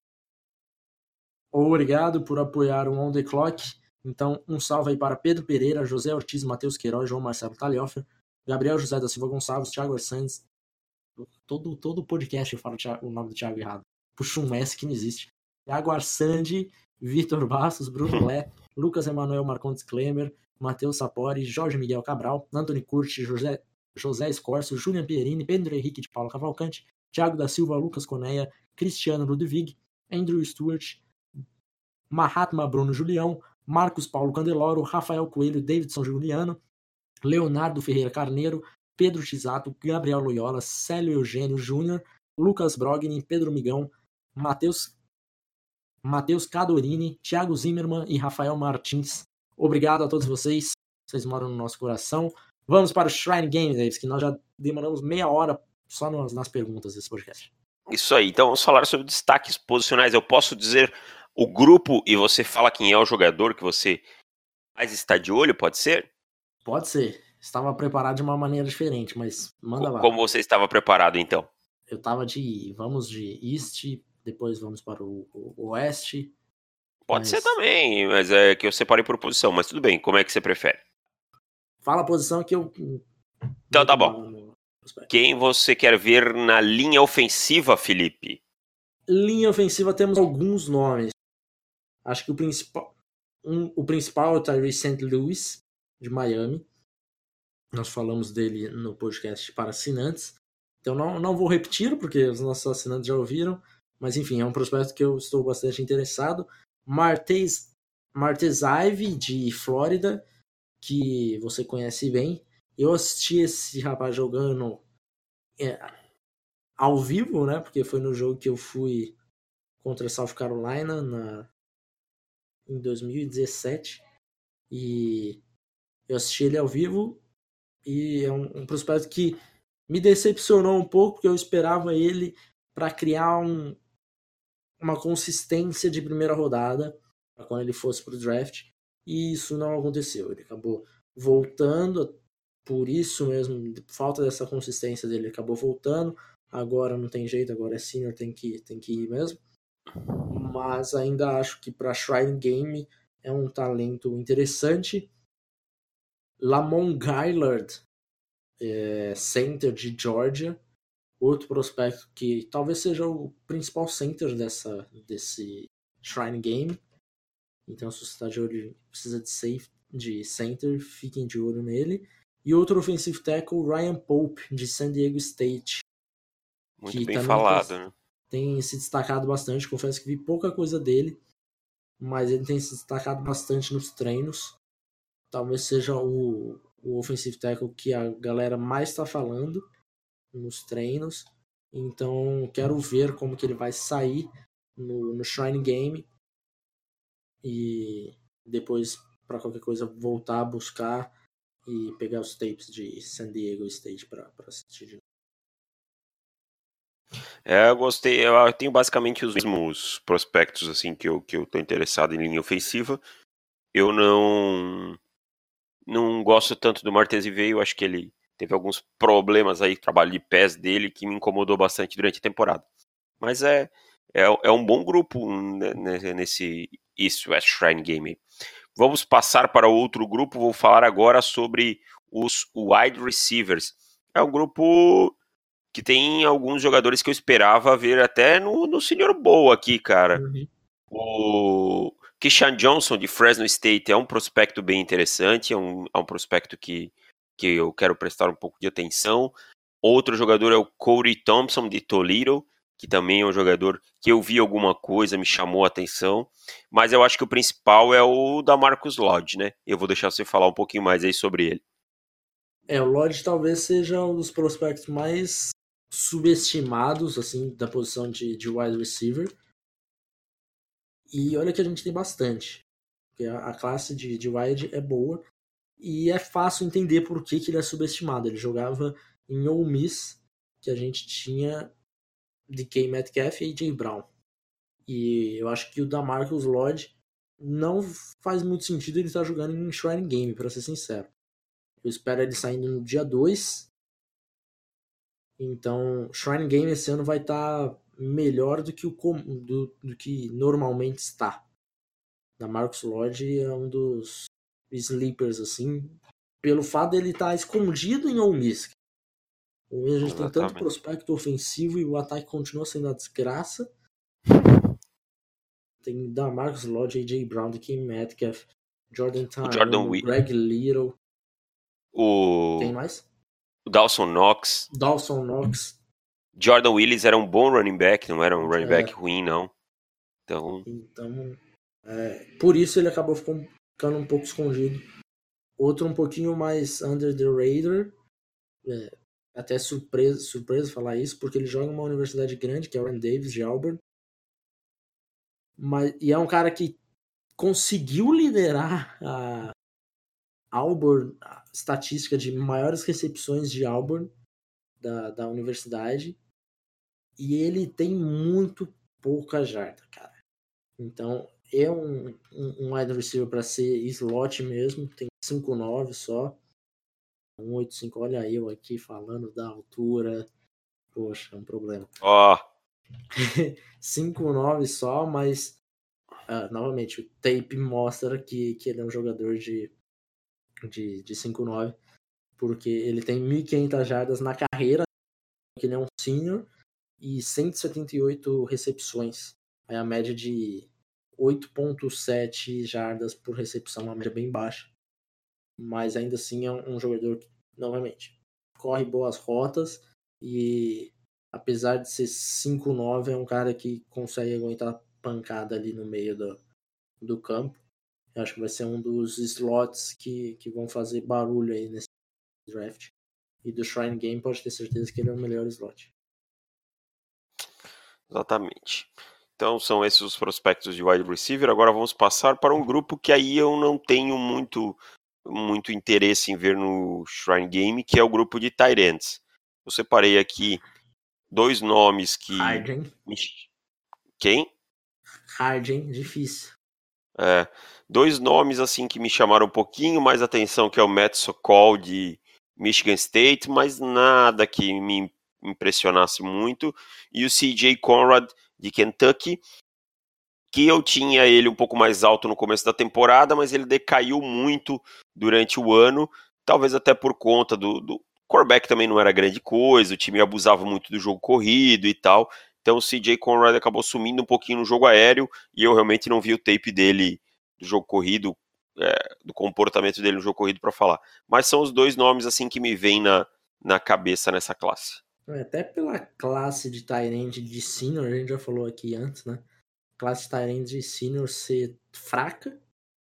Obrigado por apoiar o On The Clock. Então, um salve aí para Pedro Pereira, José Ortiz, Matheus Queiroz, João Marcelo Talhofer, Gabriel José da Silva Gonçalves, Thiago Santos. Todo, todo podcast eu falo o nome do Thiago errado. Puxa um S que não existe. Thiago Arsandi, Vitor Bastos, Bruno Lé, Lucas Emanuel Marcondes Klemer, Matheus Sapori, Jorge Miguel Cabral, Anthony Curti, José, José Escorcio, Julian Pierini, Pedro Henrique de Paulo Cavalcante, Thiago da Silva, Lucas Coneia, Cristiano Ludwig, Andrew Stewart, Mahatma Bruno Julião, Marcos Paulo Candeloro, Rafael Coelho, Davidson Juliano, Leonardo Ferreira Carneiro, Pedro Tisato, Gabriel Loyola, Célio Eugênio Júnior, Lucas Brogni, Pedro Migão, Matheus Matheus Cadorini, Thiago Zimmermann e Rafael Martins. Obrigado a todos vocês, vocês moram no nosso coração. Vamos para o Shrine Game, Davis, que nós já demoramos meia hora só nas, nas perguntas desse podcast. Isso aí, então vamos falar sobre destaques posicionais. Eu posso dizer o grupo e você fala quem é o jogador que você mais está de olho, pode ser? Pode ser. Estava preparado de uma maneira diferente, mas manda lá. Como você estava preparado, então? Eu estava de... Vamos de East, depois vamos para o, o Oeste. Pode mas... ser também, mas é que eu separei por posição, mas tudo bem. Como é que você prefere? Fala a posição que eu... Então tá bom. Quem você quer ver na linha ofensiva, Felipe? Linha ofensiva temos alguns nomes. Acho que o principal, um, o principal é o Tyree Saint Louis, de Miami. Nós falamos dele no podcast para assinantes. Então não, não vou repetir, porque os nossos assinantes já ouviram. Mas enfim, é um prospecto que eu estou bastante interessado. Martez, Martez Ivey, de Flórida, que você conhece bem. Eu assisti esse rapaz jogando é, ao vivo, né? Porque foi no jogo que eu fui contra South Carolina na, em dois mil e dezessete. E eu assisti ele ao vivo e é um, um prospecto que me decepcionou um pouco, porque eu esperava ele para criar um, uma consistência de primeira rodada para quando ele fosse para o draft, e isso não aconteceu. Ele acabou voltando, por isso mesmo, falta dessa consistência dele, ele acabou voltando. Agora não tem jeito, agora é senior, tem que, tem que ir mesmo. Mas ainda acho que para Shrine Game é um talento interessante. Lamont Gaillard, é, center de Georgia, outro prospecto que talvez seja o principal center dessa, desse Shrine Game. Então, se você está de olho, precisa de safe, de center, fiquem de olho nele. E outro offensive tackle, Ryan Pope, de San Diego State. Muito que bem também falado, tem, né? tem se destacado bastante. Confesso que vi pouca coisa dele, mas ele tem se destacado bastante nos treinos. Talvez seja o, o offensive tackle que a galera mais está falando nos treinos. Então, quero ver como que ele vai sair no, no Shrine Game. E depois, para qualquer coisa, voltar a buscar e pegar os tapes de San Diego State para assistir de novo. É, eu gostei. Eu tenho basicamente os mesmos prospectos assim que eu, que eu tô interessado em linha ofensiva. Eu não não gosto tanto do Martez Veio, acho que ele teve alguns problemas aí, trabalho de pés dele, que me incomodou bastante durante a temporada. Mas é, é, é um bom grupo né, nesse East West Shrine Game. Vamos passar para outro grupo, vou falar agora sobre os wide receivers. É um grupo que tem alguns jogadores que eu esperava ver até no, no Senior Bowl aqui, cara. Uhum. O Keyshawn Johnson, de Fresno State, é um prospecto bem interessante, é um, é um prospecto que, que eu quero prestar um pouco de atenção. Outro jogador é o Cody Thompson, de Toledo, que também é um jogador que eu vi alguma coisa, me chamou a atenção, mas eu acho que o principal é o da Marcus Lodge, né? Eu vou deixar você falar um pouquinho mais aí sobre ele. É, o Lodge talvez seja um dos prospectos mais subestimados, assim, da posição de, de wide receiver. E olha que a gente tem bastante. Porque a, a classe de, de wide é boa. E é fácil entender por que, que ele é subestimado. Ele jogava em Ole Miss, que a gente tinha D K Metcalf e A J Brown. E eu acho que o da Marcus Lodge não faz muito sentido ele estar jogando em Shrine Game, para ser sincero. Eu espero ele saindo no dia dois. Então, Shrine Game esse ano vai estar melhor do que, o, do, do que normalmente está. Da Marcus Lodge é um dos sleepers, assim, pelo fato dele estar escondido em Ole Miss. O Miss a gente tem tanto prospecto ofensivo e o ataque continua sendo a desgraça. Tem da Marcus Lodge, A J Brown, D K Metcalf, Jordan Tyrone, Greg Little. O... Tem mais? O Dawson Knox. Dawson Knox. Jordan Willis era um bom running back, não era um running back é. ruim, não. Então, então é, por isso ele acabou ficando um pouco escondido. Outro um pouquinho mais under the radar. É, até surpresa, surpresa falar isso, porque ele joga em uma universidade grande, que é o Warren Davis, de Auburn. Mas, e é um cara que conseguiu liderar a Auburn, a estatística de maiores recepções de Auburn, da, da universidade. E ele tem muito pouca jarda, cara. Então, é um, um, um wide receiver para ser slot mesmo, tem cinco nove só. um oito cinco, olha eu aqui falando da altura. Poxa, é um problema. Ó. Oh. cinco nove só, mas uh, novamente, o tape mostra que, que ele é um jogador de, de, de cinco nove, porque ele tem mil e quinhentas jardas na carreira, que ele é um senior, e cento e setenta e oito recepções. Aí a média de oito ponto sete jardas por recepção, uma média bem baixa. Mas ainda assim é um, um jogador que, novamente, corre boas rotas e apesar de ser cinco nove, é um cara que consegue aguentar pancada ali no meio do, do campo. Eu acho que vai ser um dos slots que, que vão fazer barulho aí nesse draft. E do Shrine Game pode ter certeza que ele é o melhor slot. Exatamente. Então são esses os prospectos de wide receiver. Agora vamos passar para um grupo que aí eu não tenho muito, muito interesse em ver no Shrine Game, que é o grupo de tight ends. Eu separei aqui dois nomes que... Harden. Quem? Harden, difícil. É, dois nomes assim que me chamaram um pouquinho mais atenção, que é o Matt Sokol de Michigan State, mas nada que me impressionasse muito, e o C J Conrad de Kentucky, que eu tinha ele um pouco mais alto no começo da temporada, mas ele decaiu muito durante o ano, talvez até por conta do, do quarterback também não era grande coisa, o time abusava muito do jogo corrido e tal, então o C J Conrad acabou sumindo um pouquinho no jogo aéreo, e eu realmente não vi o tape dele do jogo corrido, é, do comportamento dele no jogo corrido para falar. Mas são os dois nomes assim que me vêm na, na cabeça nessa classe. Até pela classe de tight end de senior, a gente já falou aqui antes, né? Classe de tight end de senior ser fraca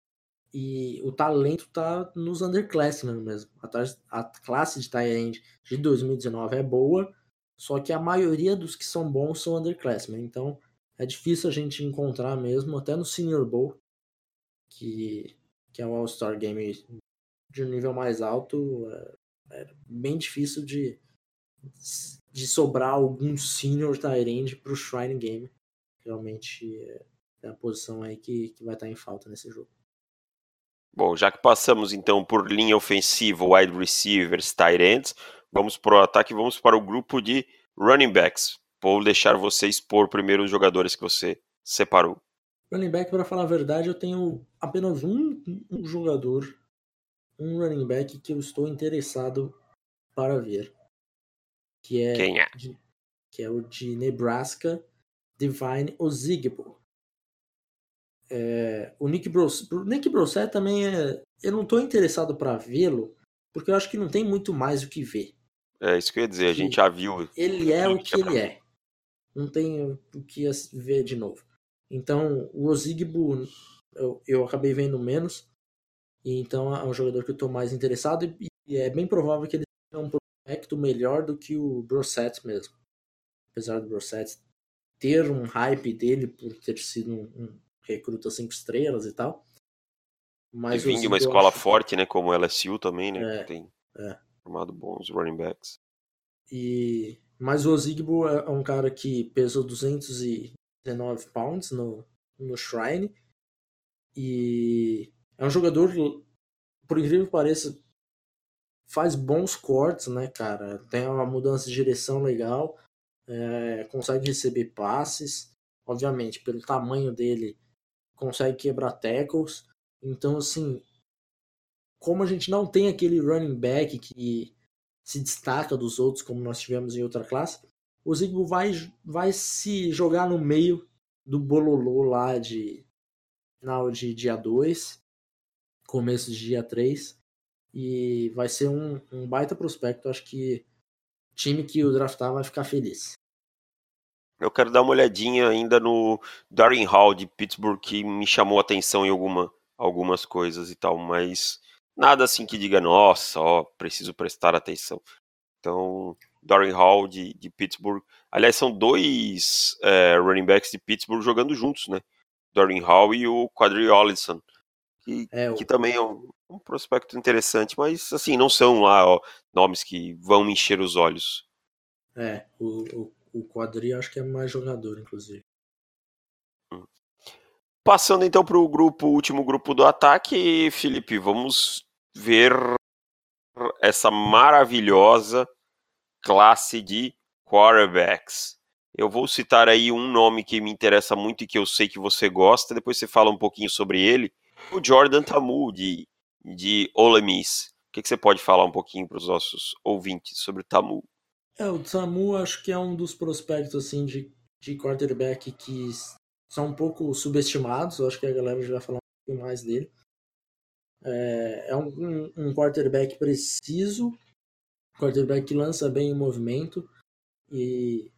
e o talento tá nos underclassmen mesmo. A, a classe de tight end de dois mil e dezenove é boa, só que a maioria dos que são bons são underclassmen. Então é difícil a gente encontrar mesmo, até no Senior Bowl, que, que é o All-Star Game de um nível mais alto, é, é bem difícil de, de sobrar algum senior tight end pro Shrine Game. Realmente é, é a posição aí que, que vai estar em falta nesse jogo. Bom, já que passamos então por linha ofensiva, wide receivers, tight ends, vamos para o ataque, vamos para o grupo de running backs. Vou deixar você expor primeiro os jogadores que você separou. Running back, para falar a verdade, eu tenho apenas um, um jogador, um running back que eu estou interessado para ver. Que é, Quem é? de, que é o de Nebraska, Divine Ozigbo. É, o Nick Brossett, Nick Brossett também é... Eu não estou interessado para vê-lo, porque eu acho que não tem muito mais o que ver. É isso que eu ia dizer, a gente já viu. Ele é o que ele pra... é. Não tem o que ver de novo. Então, o Ozigbo eu, eu acabei vendo menos, e então é um jogador que eu estou mais interessado, e, e é bem provável que ele tenha um prospecto melhor do que o Brossett mesmo. Apesar do Brossett ter um hype dele por ter sido um, um recruta cinco estrelas e tal. Mas e vim de uma escola acho... forte, né, como o L S U também, né, é, que tem é. formado bons running backs. E... Mas o Ozigbo é um cara que pesou duzentos e dezenove pounds no, no Shrine, e é um jogador, por incrível que pareça, faz bons cortes, né, cara? Tem uma mudança de direção legal, é, consegue receber passes, obviamente, pelo tamanho dele, consegue quebrar tackles. Então, assim, como a gente não tem aquele running back que se destaca dos outros, como nós tivemos em outra classe, o Zigbo vai, vai se jogar no meio do bololô lá de final de dia dois, começo de dia três, e vai ser um, um baita prospecto. Acho que o time que o draftar vai ficar feliz. Eu quero dar uma olhadinha ainda no Darren Hall de Pittsburgh, que me chamou a atenção em alguma, algumas coisas e tal, mas nada assim que diga, nossa, ó, preciso prestar atenção. Então, Darren Hall de, de Pittsburgh. Aliás, são dois é, running backs de Pittsburgh jogando juntos, né? Darren Hall e o Quadri Olison, que, É, que o, também é um, um prospecto interessante, mas assim, não são lá ó, nomes que vão me encher os olhos. É, o, o, o Quadri acho que é mais jogador, inclusive. Hum. Passando então para o grupo, último grupo do ataque, Felipe, vamos ver essa maravilhosa classe de quarterbacks. Eu vou citar aí um nome que me interessa muito e que eu sei que você gosta, depois você fala um pouquinho sobre ele, o Jordan Ta'amu, de, de Ole Miss. O que, que você pode falar um pouquinho para os nossos ouvintes sobre o Ta'amu? É, o Ta'amu acho que é um dos prospectos assim, de, de quarterback que são um pouco subestimados. Eu acho que a galera já vai falar um pouquinho mais dele. É, é um, um, um quarterback preciso, quarterback que lança bem em movimento, e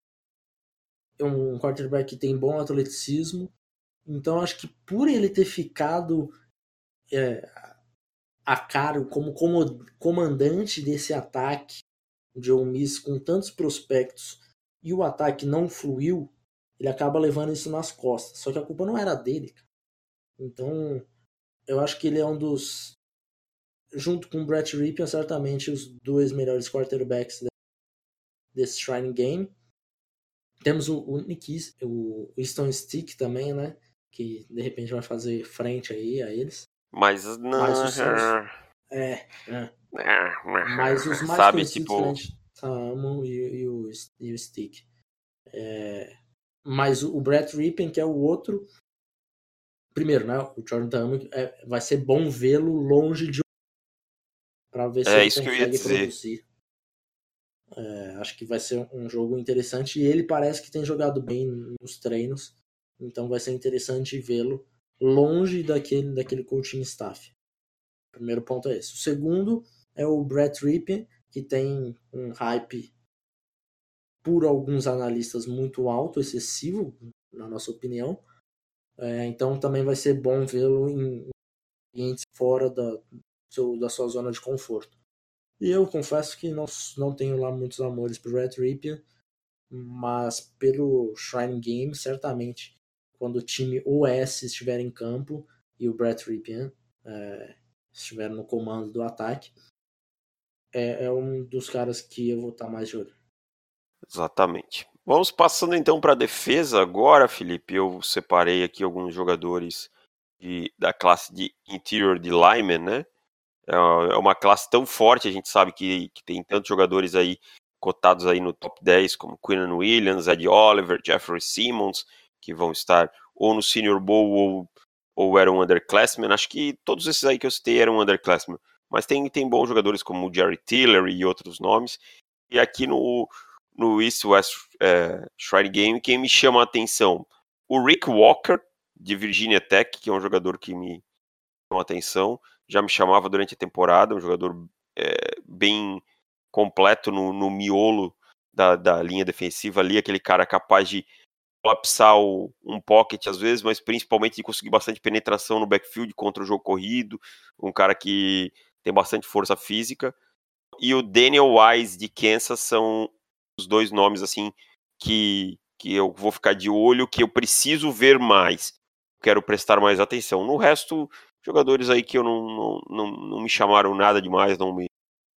é um quarterback que tem bom atleticismo. Então acho que por ele ter ficado é, a cargo como comandante desse ataque de Ole Miss com tantos prospectos e o ataque não fluiu, ele acaba levando isso nas costas. Só que a culpa não era dele, cara. Então, eu acho que ele é um dos, junto com o Brett Rypien, certamente os dois melhores quarterbacks desse Shrine Game. Temos o, o Nikis, o Easton Stick também, né? Que de repente vai fazer frente aí a eles. Mas não. Mas os sons, é, é. Mas os mais Sabe, conhecidos tipo... que a gente ama e, e, o, e o Stick. É, mas o, o Brett Rypien, que é o outro. Primeiro, né? O Jordan Tamme, é, vai ser bom vê-lo longe de para ver se É ele isso que eu ia consegue dizer. produzir. É, acho que vai ser um jogo interessante e ele parece que tem jogado bem nos treinos, então vai ser interessante vê-lo longe daquele, daquele coaching staff. O primeiro ponto é esse. O segundo é o Brett Rypien, que tem um hype por alguns analistas muito alto, excessivo, na nossa opinião. É, então também vai ser bom vê-lo em ambientes fora da, seu, da sua zona de conforto. E eu confesso que não, não tenho lá muitos amores pro Brett Rypien, mas pelo Shrine Game, certamente, quando o time O S estiver em campo e o Brett Rypien é, estiver no comando do ataque, é, é um dos caras que eu vou estar mais de olho. Exatamente. Vamos passando então para a defesa agora, Felipe. Eu separei aqui alguns jogadores de, da classe de Interior de Lineman, né? É uma classe tão forte, a gente sabe que, que tem tantos jogadores aí cotados aí no top dez, como Quinnen Williams, Ed Oliver, Jeffrey Simmons, que vão estar ou no Senior Bowl ou, ou eram underclassmen. Acho que todos esses aí que eu citei eram underclassmen. Mas tem, tem bons jogadores como o Jerry Tillery e outros nomes. E aqui no, no East West é, Shrine Game, quem me chama a atenção? O Rick Walker, de Virginia Tech, que é um jogador que me chama a atenção. Já me chamava durante a temporada, um jogador é, bem completo no, no miolo da, da linha defensiva ali, aquele cara capaz de colapsar o, um pocket às vezes, mas principalmente de conseguir bastante penetração no backfield contra o jogo corrido, um cara que tem bastante força física. E o Daniel Wise de Kansas são os dois nomes assim que, que eu vou ficar de olho, que eu preciso ver mais, quero prestar mais atenção. No resto, jogadores aí que eu não, não, não, não me chamaram nada demais, não me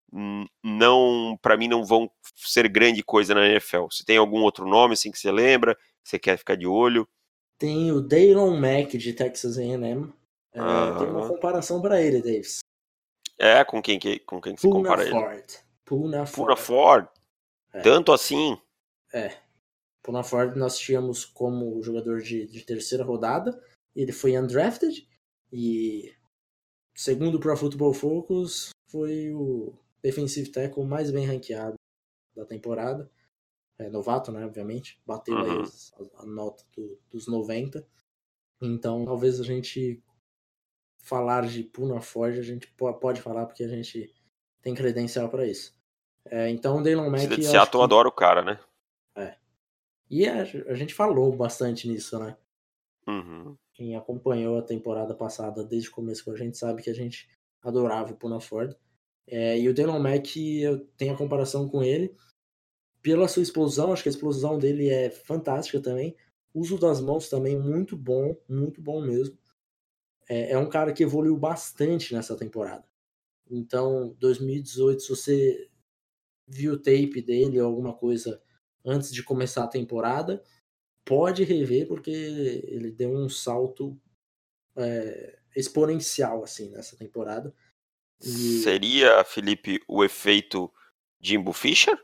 não, para mim não vão ser grande coisa na N F L. Você tem algum outro nome assim que você lembra, que você quer ficar de olho? Tem o Daylon Mack de Texas A and M. É, ah, tem uma comparação para ele, Davis. É, com quem que com quem que você Poona compara Ford. ele? Poona Poona Ford. Ford. É. Tanto assim? É. Poona Ford nós tínhamos como jogador de, de terceira rodada. Ele foi undrafted e segundo o Pro Football Focus foi o defensive tackle mais bem ranqueado da temporada. É, novato, né, obviamente. Bateu uhum. aí a, a nota do, dos noventa. Então, talvez a gente falar de Poona Ford, a gente pode falar porque a gente tem credencial para isso. É, então, o Daylon Mack... Se de Seattle que... adora o cara, né? É. E a, a gente falou bastante nisso, né? Uhum. Quem acompanhou a temporada passada desde o começo, a gente sabe que a gente adorava o Poona Ford. É, e o Daylon Mack, eu tenho a comparação com ele. Pela sua explosão, acho que a explosão dele é fantástica também. O uso das mãos também muito bom, muito bom mesmo. É, é um cara que evoluiu bastante nessa temporada. Então, dois mil e dezoito, se você viu o tape dele ou alguma coisa antes de começar a temporada, pode rever porque ele deu um salto é, exponencial assim nessa temporada. E... Seria, Felipe, o efeito Jimbo Fisher?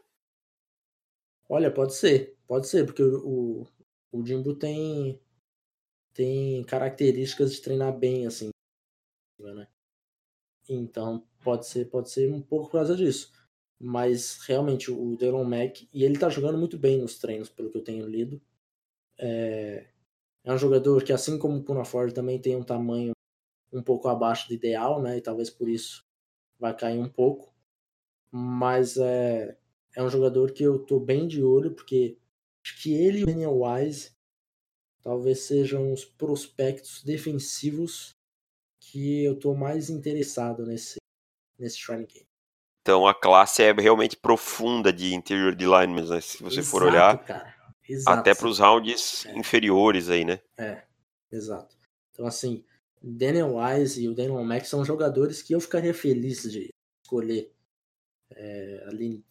Olha, pode ser, pode ser, porque o, o, o Jimbo tem, tem características de treinar bem, assim, né? Então, pode ser, pode ser um pouco por causa disso. Mas, realmente, o Daylon Mack, e ele tá jogando muito bem nos treinos, pelo que eu tenho lido. É, é um jogador que, assim como o Poona Ford, também tem um tamanho um pouco abaixo do ideal, né? E talvez por isso vai cair um pouco. Mas é, é um jogador que eu tô bem de olho, porque acho que ele e o Daniel Wise talvez sejam os prospectos defensivos que eu tô mais interessado nesse, nesse Shrine Game. Então a classe é realmente profunda de interior de linemen, né? Se você Exato, for olhar. Cara. Até Exato. para os rounds É. inferiores aí, né? É, exato. Então, assim, Daniel Wise e o Daniel Mack são jogadores que eu ficaria feliz de escolher é, ali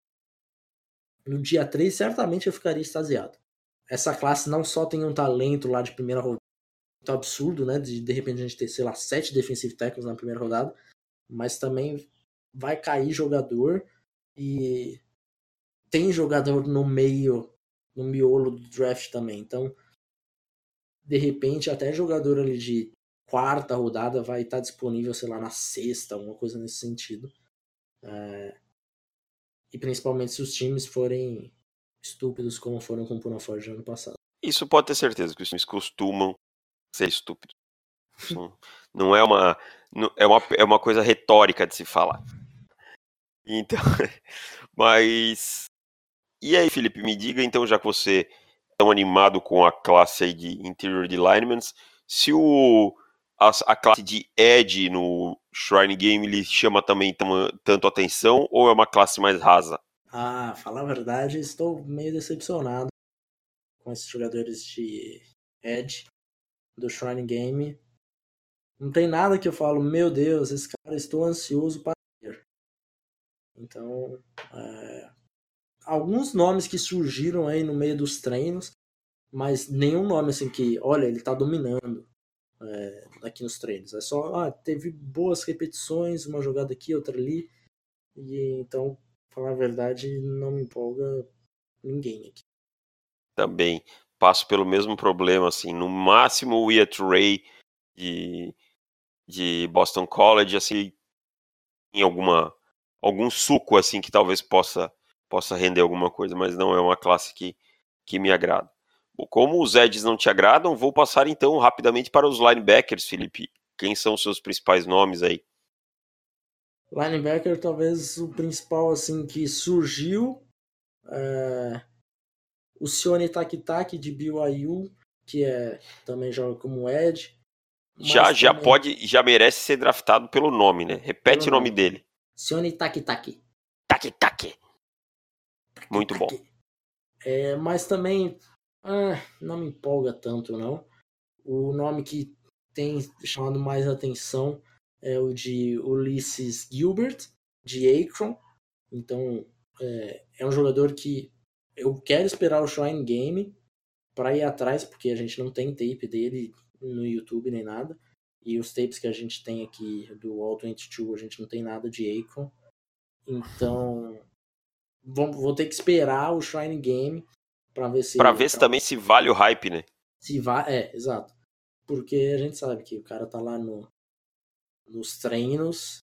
no dia três, certamente eu ficaria extasiado. Essa classe não só tem um talento lá de primeira rodada, muito absurdo, né? De, de repente a gente ter, sei lá, sete defensive tackles na primeira rodada, mas também vai cair jogador e tem jogador no meio, no miolo do draft também. Então, de repente, até jogador ali de quarta rodada vai estar disponível, sei lá, na sexta, alguma coisa nesse sentido. É... E principalmente se os times forem estúpidos como foram com o Puna Forge ano passado. Isso pode ter certeza, que os times costumam ser estúpidos. Isso não é uma, é uma, é uma coisa retórica de se falar. Então, mas... E aí, Felipe, me diga então, já que você é tão animado com a classe aí de Interior de Linemen, se o, a, a classe de Edge no Shrine Game lhe chama também tam, tanto atenção, ou é uma classe mais rasa? Ah, falar a verdade, estou meio decepcionado com esses jogadores de Edge do Shrine Game. Não tem nada que eu falo, meu Deus, esse cara, estou ansioso para ver. Então, é, alguns nomes que surgiram aí no meio dos treinos, mas nenhum nome assim que, olha, ele está dominando é, aqui nos treinos. É só, ah, teve boas repetições, uma jogada aqui, outra ali. E então, falar a verdade, não me empolga ninguém aqui. Também passo pelo mesmo problema, assim, no máximo o Wyatt Ray de, de Boston College, assim, em alguma, algum suco, assim, que talvez possa, possa render alguma coisa, mas não é uma classe que, que me agrada. Bom, como os edges não te agradam, vou passar então rapidamente para os linebackers, Felipe. Quem são os seus principais nomes aí? Linebacker, talvez o principal assim que surgiu, é, o Sione Takitaki de B Y U, que é, também joga como Edge. Já, Mas já também, pode, já merece ser draftado pelo nome, né? Repete pelo o nome nome, dele. Sione Takitaki. Taki Taki. Muito bom. É, mas também ah, não me empolga tanto, não. O nome que tem chamado mais atenção é o de Ulysses Gilbert, de Akron. Então, é, é um jogador que eu quero esperar o Shrine Game para ir atrás, porque a gente não tem tape dele no YouTube nem nada. E os tapes que a gente tem aqui do All vinte e dois, a gente não tem nada de Akron. Então, vou, vou ter que esperar o Shrine Game para ver se Para ver se também se vale o hype, né? se vai, é, exato. Porque a gente sabe que o cara tá lá no, nos treinos,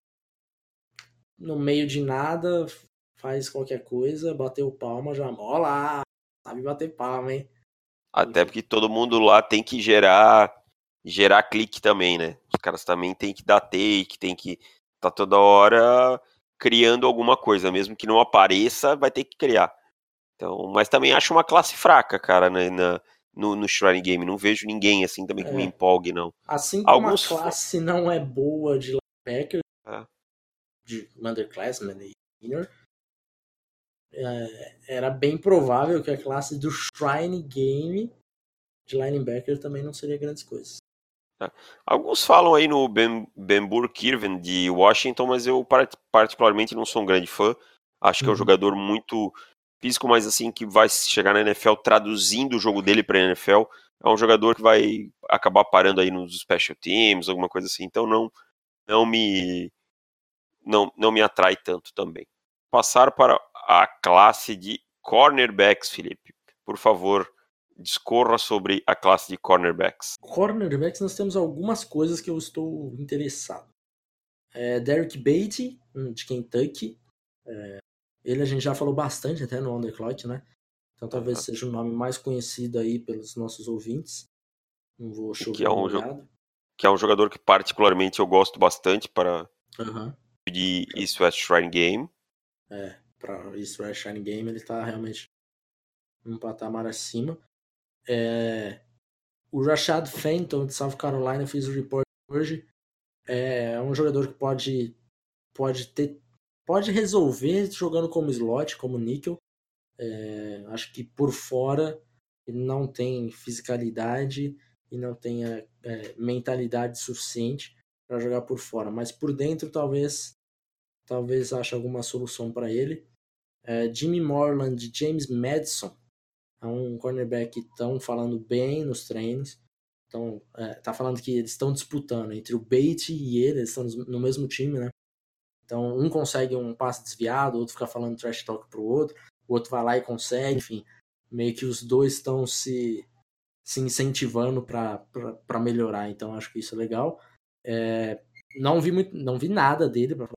no meio de nada, faz qualquer coisa, bateu palma, já mola, sabe bater palma, hein? Até porque todo mundo lá tem que gerar gerar clique também, né? Os caras também tem que dar take, tem que tá toda hora criando alguma coisa, mesmo que não apareça, vai ter que criar. Então, mas também acho uma classe fraca, cara, né, na, no, no Shrine Game. Não vejo ninguém assim também que me É, empolgue, não. assim como a Alguns. classe não é boa de linebacker, É. de underclassmen e inner, é, era bem provável que a classe do Shrine Game de linebacker também não seria grandes coisas. É. Alguns falam aí no Ben, Ben Burke-Irvin de Washington, mas eu particularmente não sou um grande fã. Acho que Uhum. é um jogador muito físico, mas assim, que vai chegar na N F L traduzindo o jogo dele para a N F L. É um jogador que vai acabar parando aí nos special teams, alguma coisa assim. Então não, não me não, não me atrai tanto também. Passar para a classe de cornerbacks, Felipe. Por favor, discorra sobre a classe de cornerbacks. Cornerbacks, nós temos algumas coisas que eu estou interessado. É Derek Beatty, de Kentucky. É, ele a gente já falou bastante até no Underclock, né? Então talvez uhum. seja o nome mais conhecido aí pelos nossos ouvintes. Não vou chover que é um molhado. Que é um jogador que particularmente eu gosto bastante para uhum. de East West Shrine Game. É, para East West Shrine Game ele tá realmente um patamar acima. É, o Rashad Fenton de South Carolina, eu fiz o report hoje. É um jogador que pode pode ter pode resolver jogando como slot, como níquel. É, acho que por fora ele não tem fisicalidade e não tem é, mentalidade suficiente para jogar por fora, mas por dentro talvez talvez ache alguma solução para ele. É, Jimmy Moreland e James Madison é um cornerback que estão falando bem nos treinos. Então, é, tá falando que eles estão disputando entre o Bate e ele, eles estão no mesmo time, né? Então, um consegue um passe desviado, o outro fica falando trash talk pro outro, o outro vai lá e consegue, enfim. Meio que os dois estão se, se incentivando para melhorar, então acho que isso é legal. É, não, vi muito, não vi nada dele, pra falar,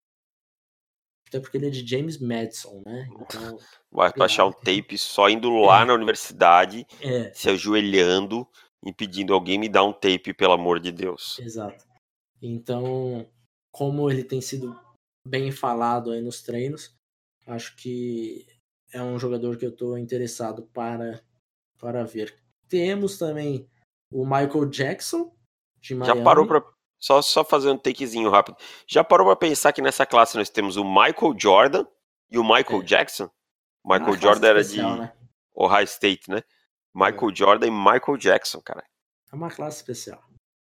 até porque ele é de James Madison, né? Então, vai achar um tape só indo lá é, na universidade, é, se ajoelhando e pedindo alguém me dar um tape, pelo amor de Deus. Exato. Então, como ele tem sido bem falado aí nos treinos, acho que é um jogador que eu estou interessado para, para ver. Temos também o Michael Jackson, de Miami. Já parou para só, só fazer um takezinho rápido. Já parou para pensar que nessa classe nós temos o Michael Jordan e o Michael é. Jackson? Michael Jordan era especial, de né? Ohio State, né? Michael é. Jordan e Michael Jackson, cara. É uma classe especial.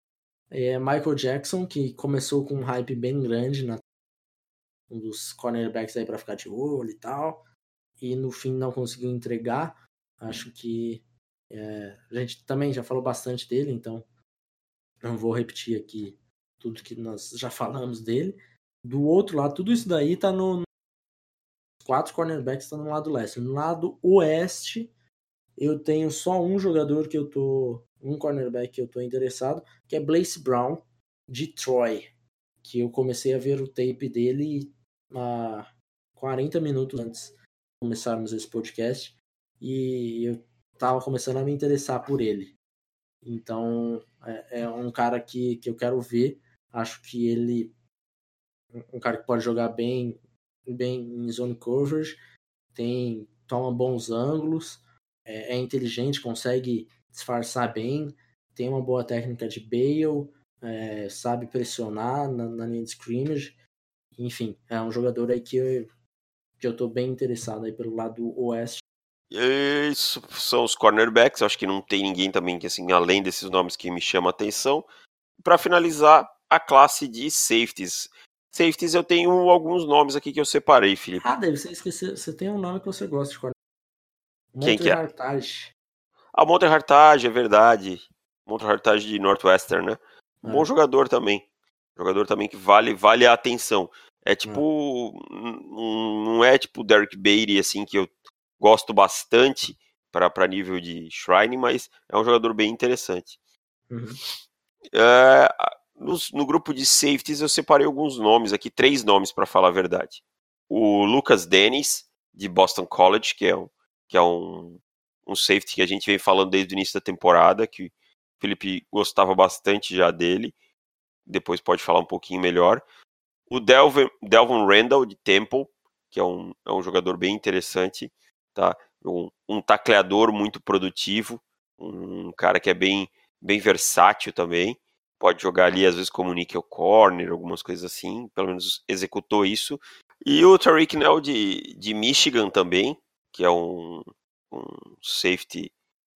É Michael Jackson, que começou com um hype bem grande, na, um dos cornerbacks aí para ficar de olho e tal, e no fim não conseguiu entregar. Acho que é, a gente também já falou bastante dele, então não vou repetir aqui tudo que nós já falamos dele. Do outro lado, tudo isso daí tá no... Os quatro cornerbacks estão no lado leste. No lado oeste, eu tenho só um jogador que eu tô... Um cornerback que eu tô interessado, que é Blaise Brown, de Troy. Que eu comecei a ver o tape dele há quarenta minutos antes de começarmos esse podcast. E eu tava começando a me interessar por ele. Então, é, é um cara que, que eu quero ver. Acho que ele um cara que pode jogar bem, bem em zone coverage, tem, toma bons ângulos, é, é inteligente, consegue disfarçar bem, tem uma boa técnica de bail, é, sabe pressionar na, na linha de scrimmage. Enfim, é um jogador aí que eu, que eu tô bem interessado aí pelo lado oeste. Isso são os cornerbacks, acho que não tem ninguém também que, assim, além desses nomes que me chama a atenção. Para finalizar, a classe de safeties. Safeties eu tenho alguns nomes aqui que eu separei, Felipe. Ah, David, você esqueceu, você tem um nome que você gosta de corner. Quem que é? Hartage. Ah, Monter Hartage, é verdade. Monter Hartage de Northwestern, né? Um é. Bom jogador também. Jogador também que vale, vale a atenção. É tipo... É. Não é tipo Derek Beatty, assim, que eu gosto bastante para nível de Shrine, mas é um jogador bem interessante. Uhum. É, no, no grupo de safeties eu separei alguns nomes aqui, três nomes para falar a verdade. O Lucas Dennis, de Boston College, que é um, que é um, um safety que a gente vem falando desde o início da temporada, que o Felipe gostava bastante já dele, depois pode falar um pouquinho melhor. O Delvin, Delvin Randall, de Temple, que é um, é um jogador bem interessante, tá? um, um tacleador muito produtivo, um cara que é bem, bem versátil também, pode jogar ali às vezes como nickel corner, algumas coisas assim, pelo menos executou isso. E o Tariq Nell de, de Michigan também, que é um, um safety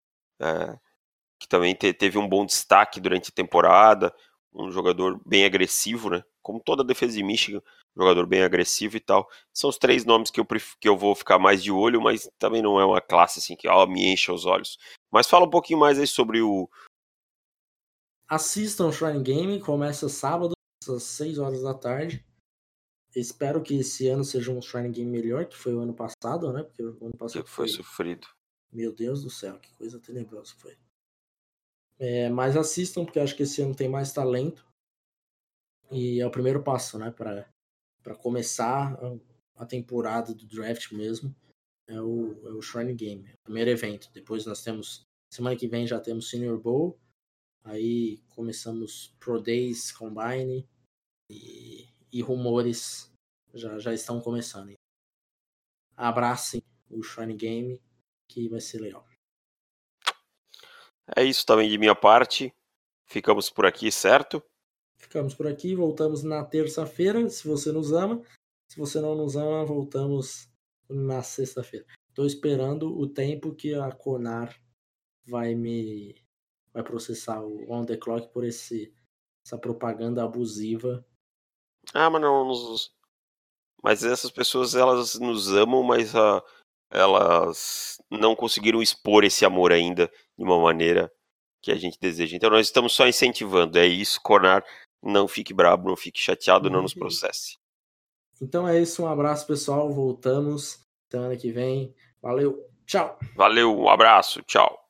é, que também te, teve um bom destaque durante a temporada, um jogador bem agressivo, né? Como toda a defesa de Michigan, jogador bem agressivo e tal. São os três nomes que eu, pref... que eu vou ficar mais de olho, mas também não é uma classe assim que ó, me enche os olhos. Mas fala um pouquinho mais aí sobre o... Assistam o Shrine Game, começa sábado, às seis horas da tarde. Espero que esse ano seja um Shrine Game melhor, que foi o ano passado, né? Porque o ano passado que foi, foi sofrido. Meu Deus do céu, que coisa tenebrosa foi. É, mas assistam, porque acho que esse ano tem mais talento. E é o primeiro passo, né? Para começar a temporada do draft mesmo. É o, é o Shrine Game, é o primeiro evento. Depois nós temos, semana que vem já temos Senior Bowl. Aí começamos Pro Days, Combine. E, e rumores já, já estão começando. Abracem o Shrine Game, que vai ser legal. É isso também de minha parte. Ficamos por aqui, certo? Ficamos por aqui, voltamos na terça-feira, se você nos ama. Se você não nos ama, voltamos na sexta-feira. Estou esperando o tempo que a Conar vai me vai processar o On The Clock por esse, essa propaganda abusiva. Ah, mas não nos... Mas essas pessoas, elas nos amam, mas uh, elas não conseguiram expor esse amor ainda de uma maneira que a gente deseja. Então nós estamos só incentivando. É isso, Conar. Não fique brabo, não fique chateado, não nos processe. Então é isso, um abraço, pessoal. Voltamos semana que vem. Valeu, tchau! Valeu, um abraço, tchau!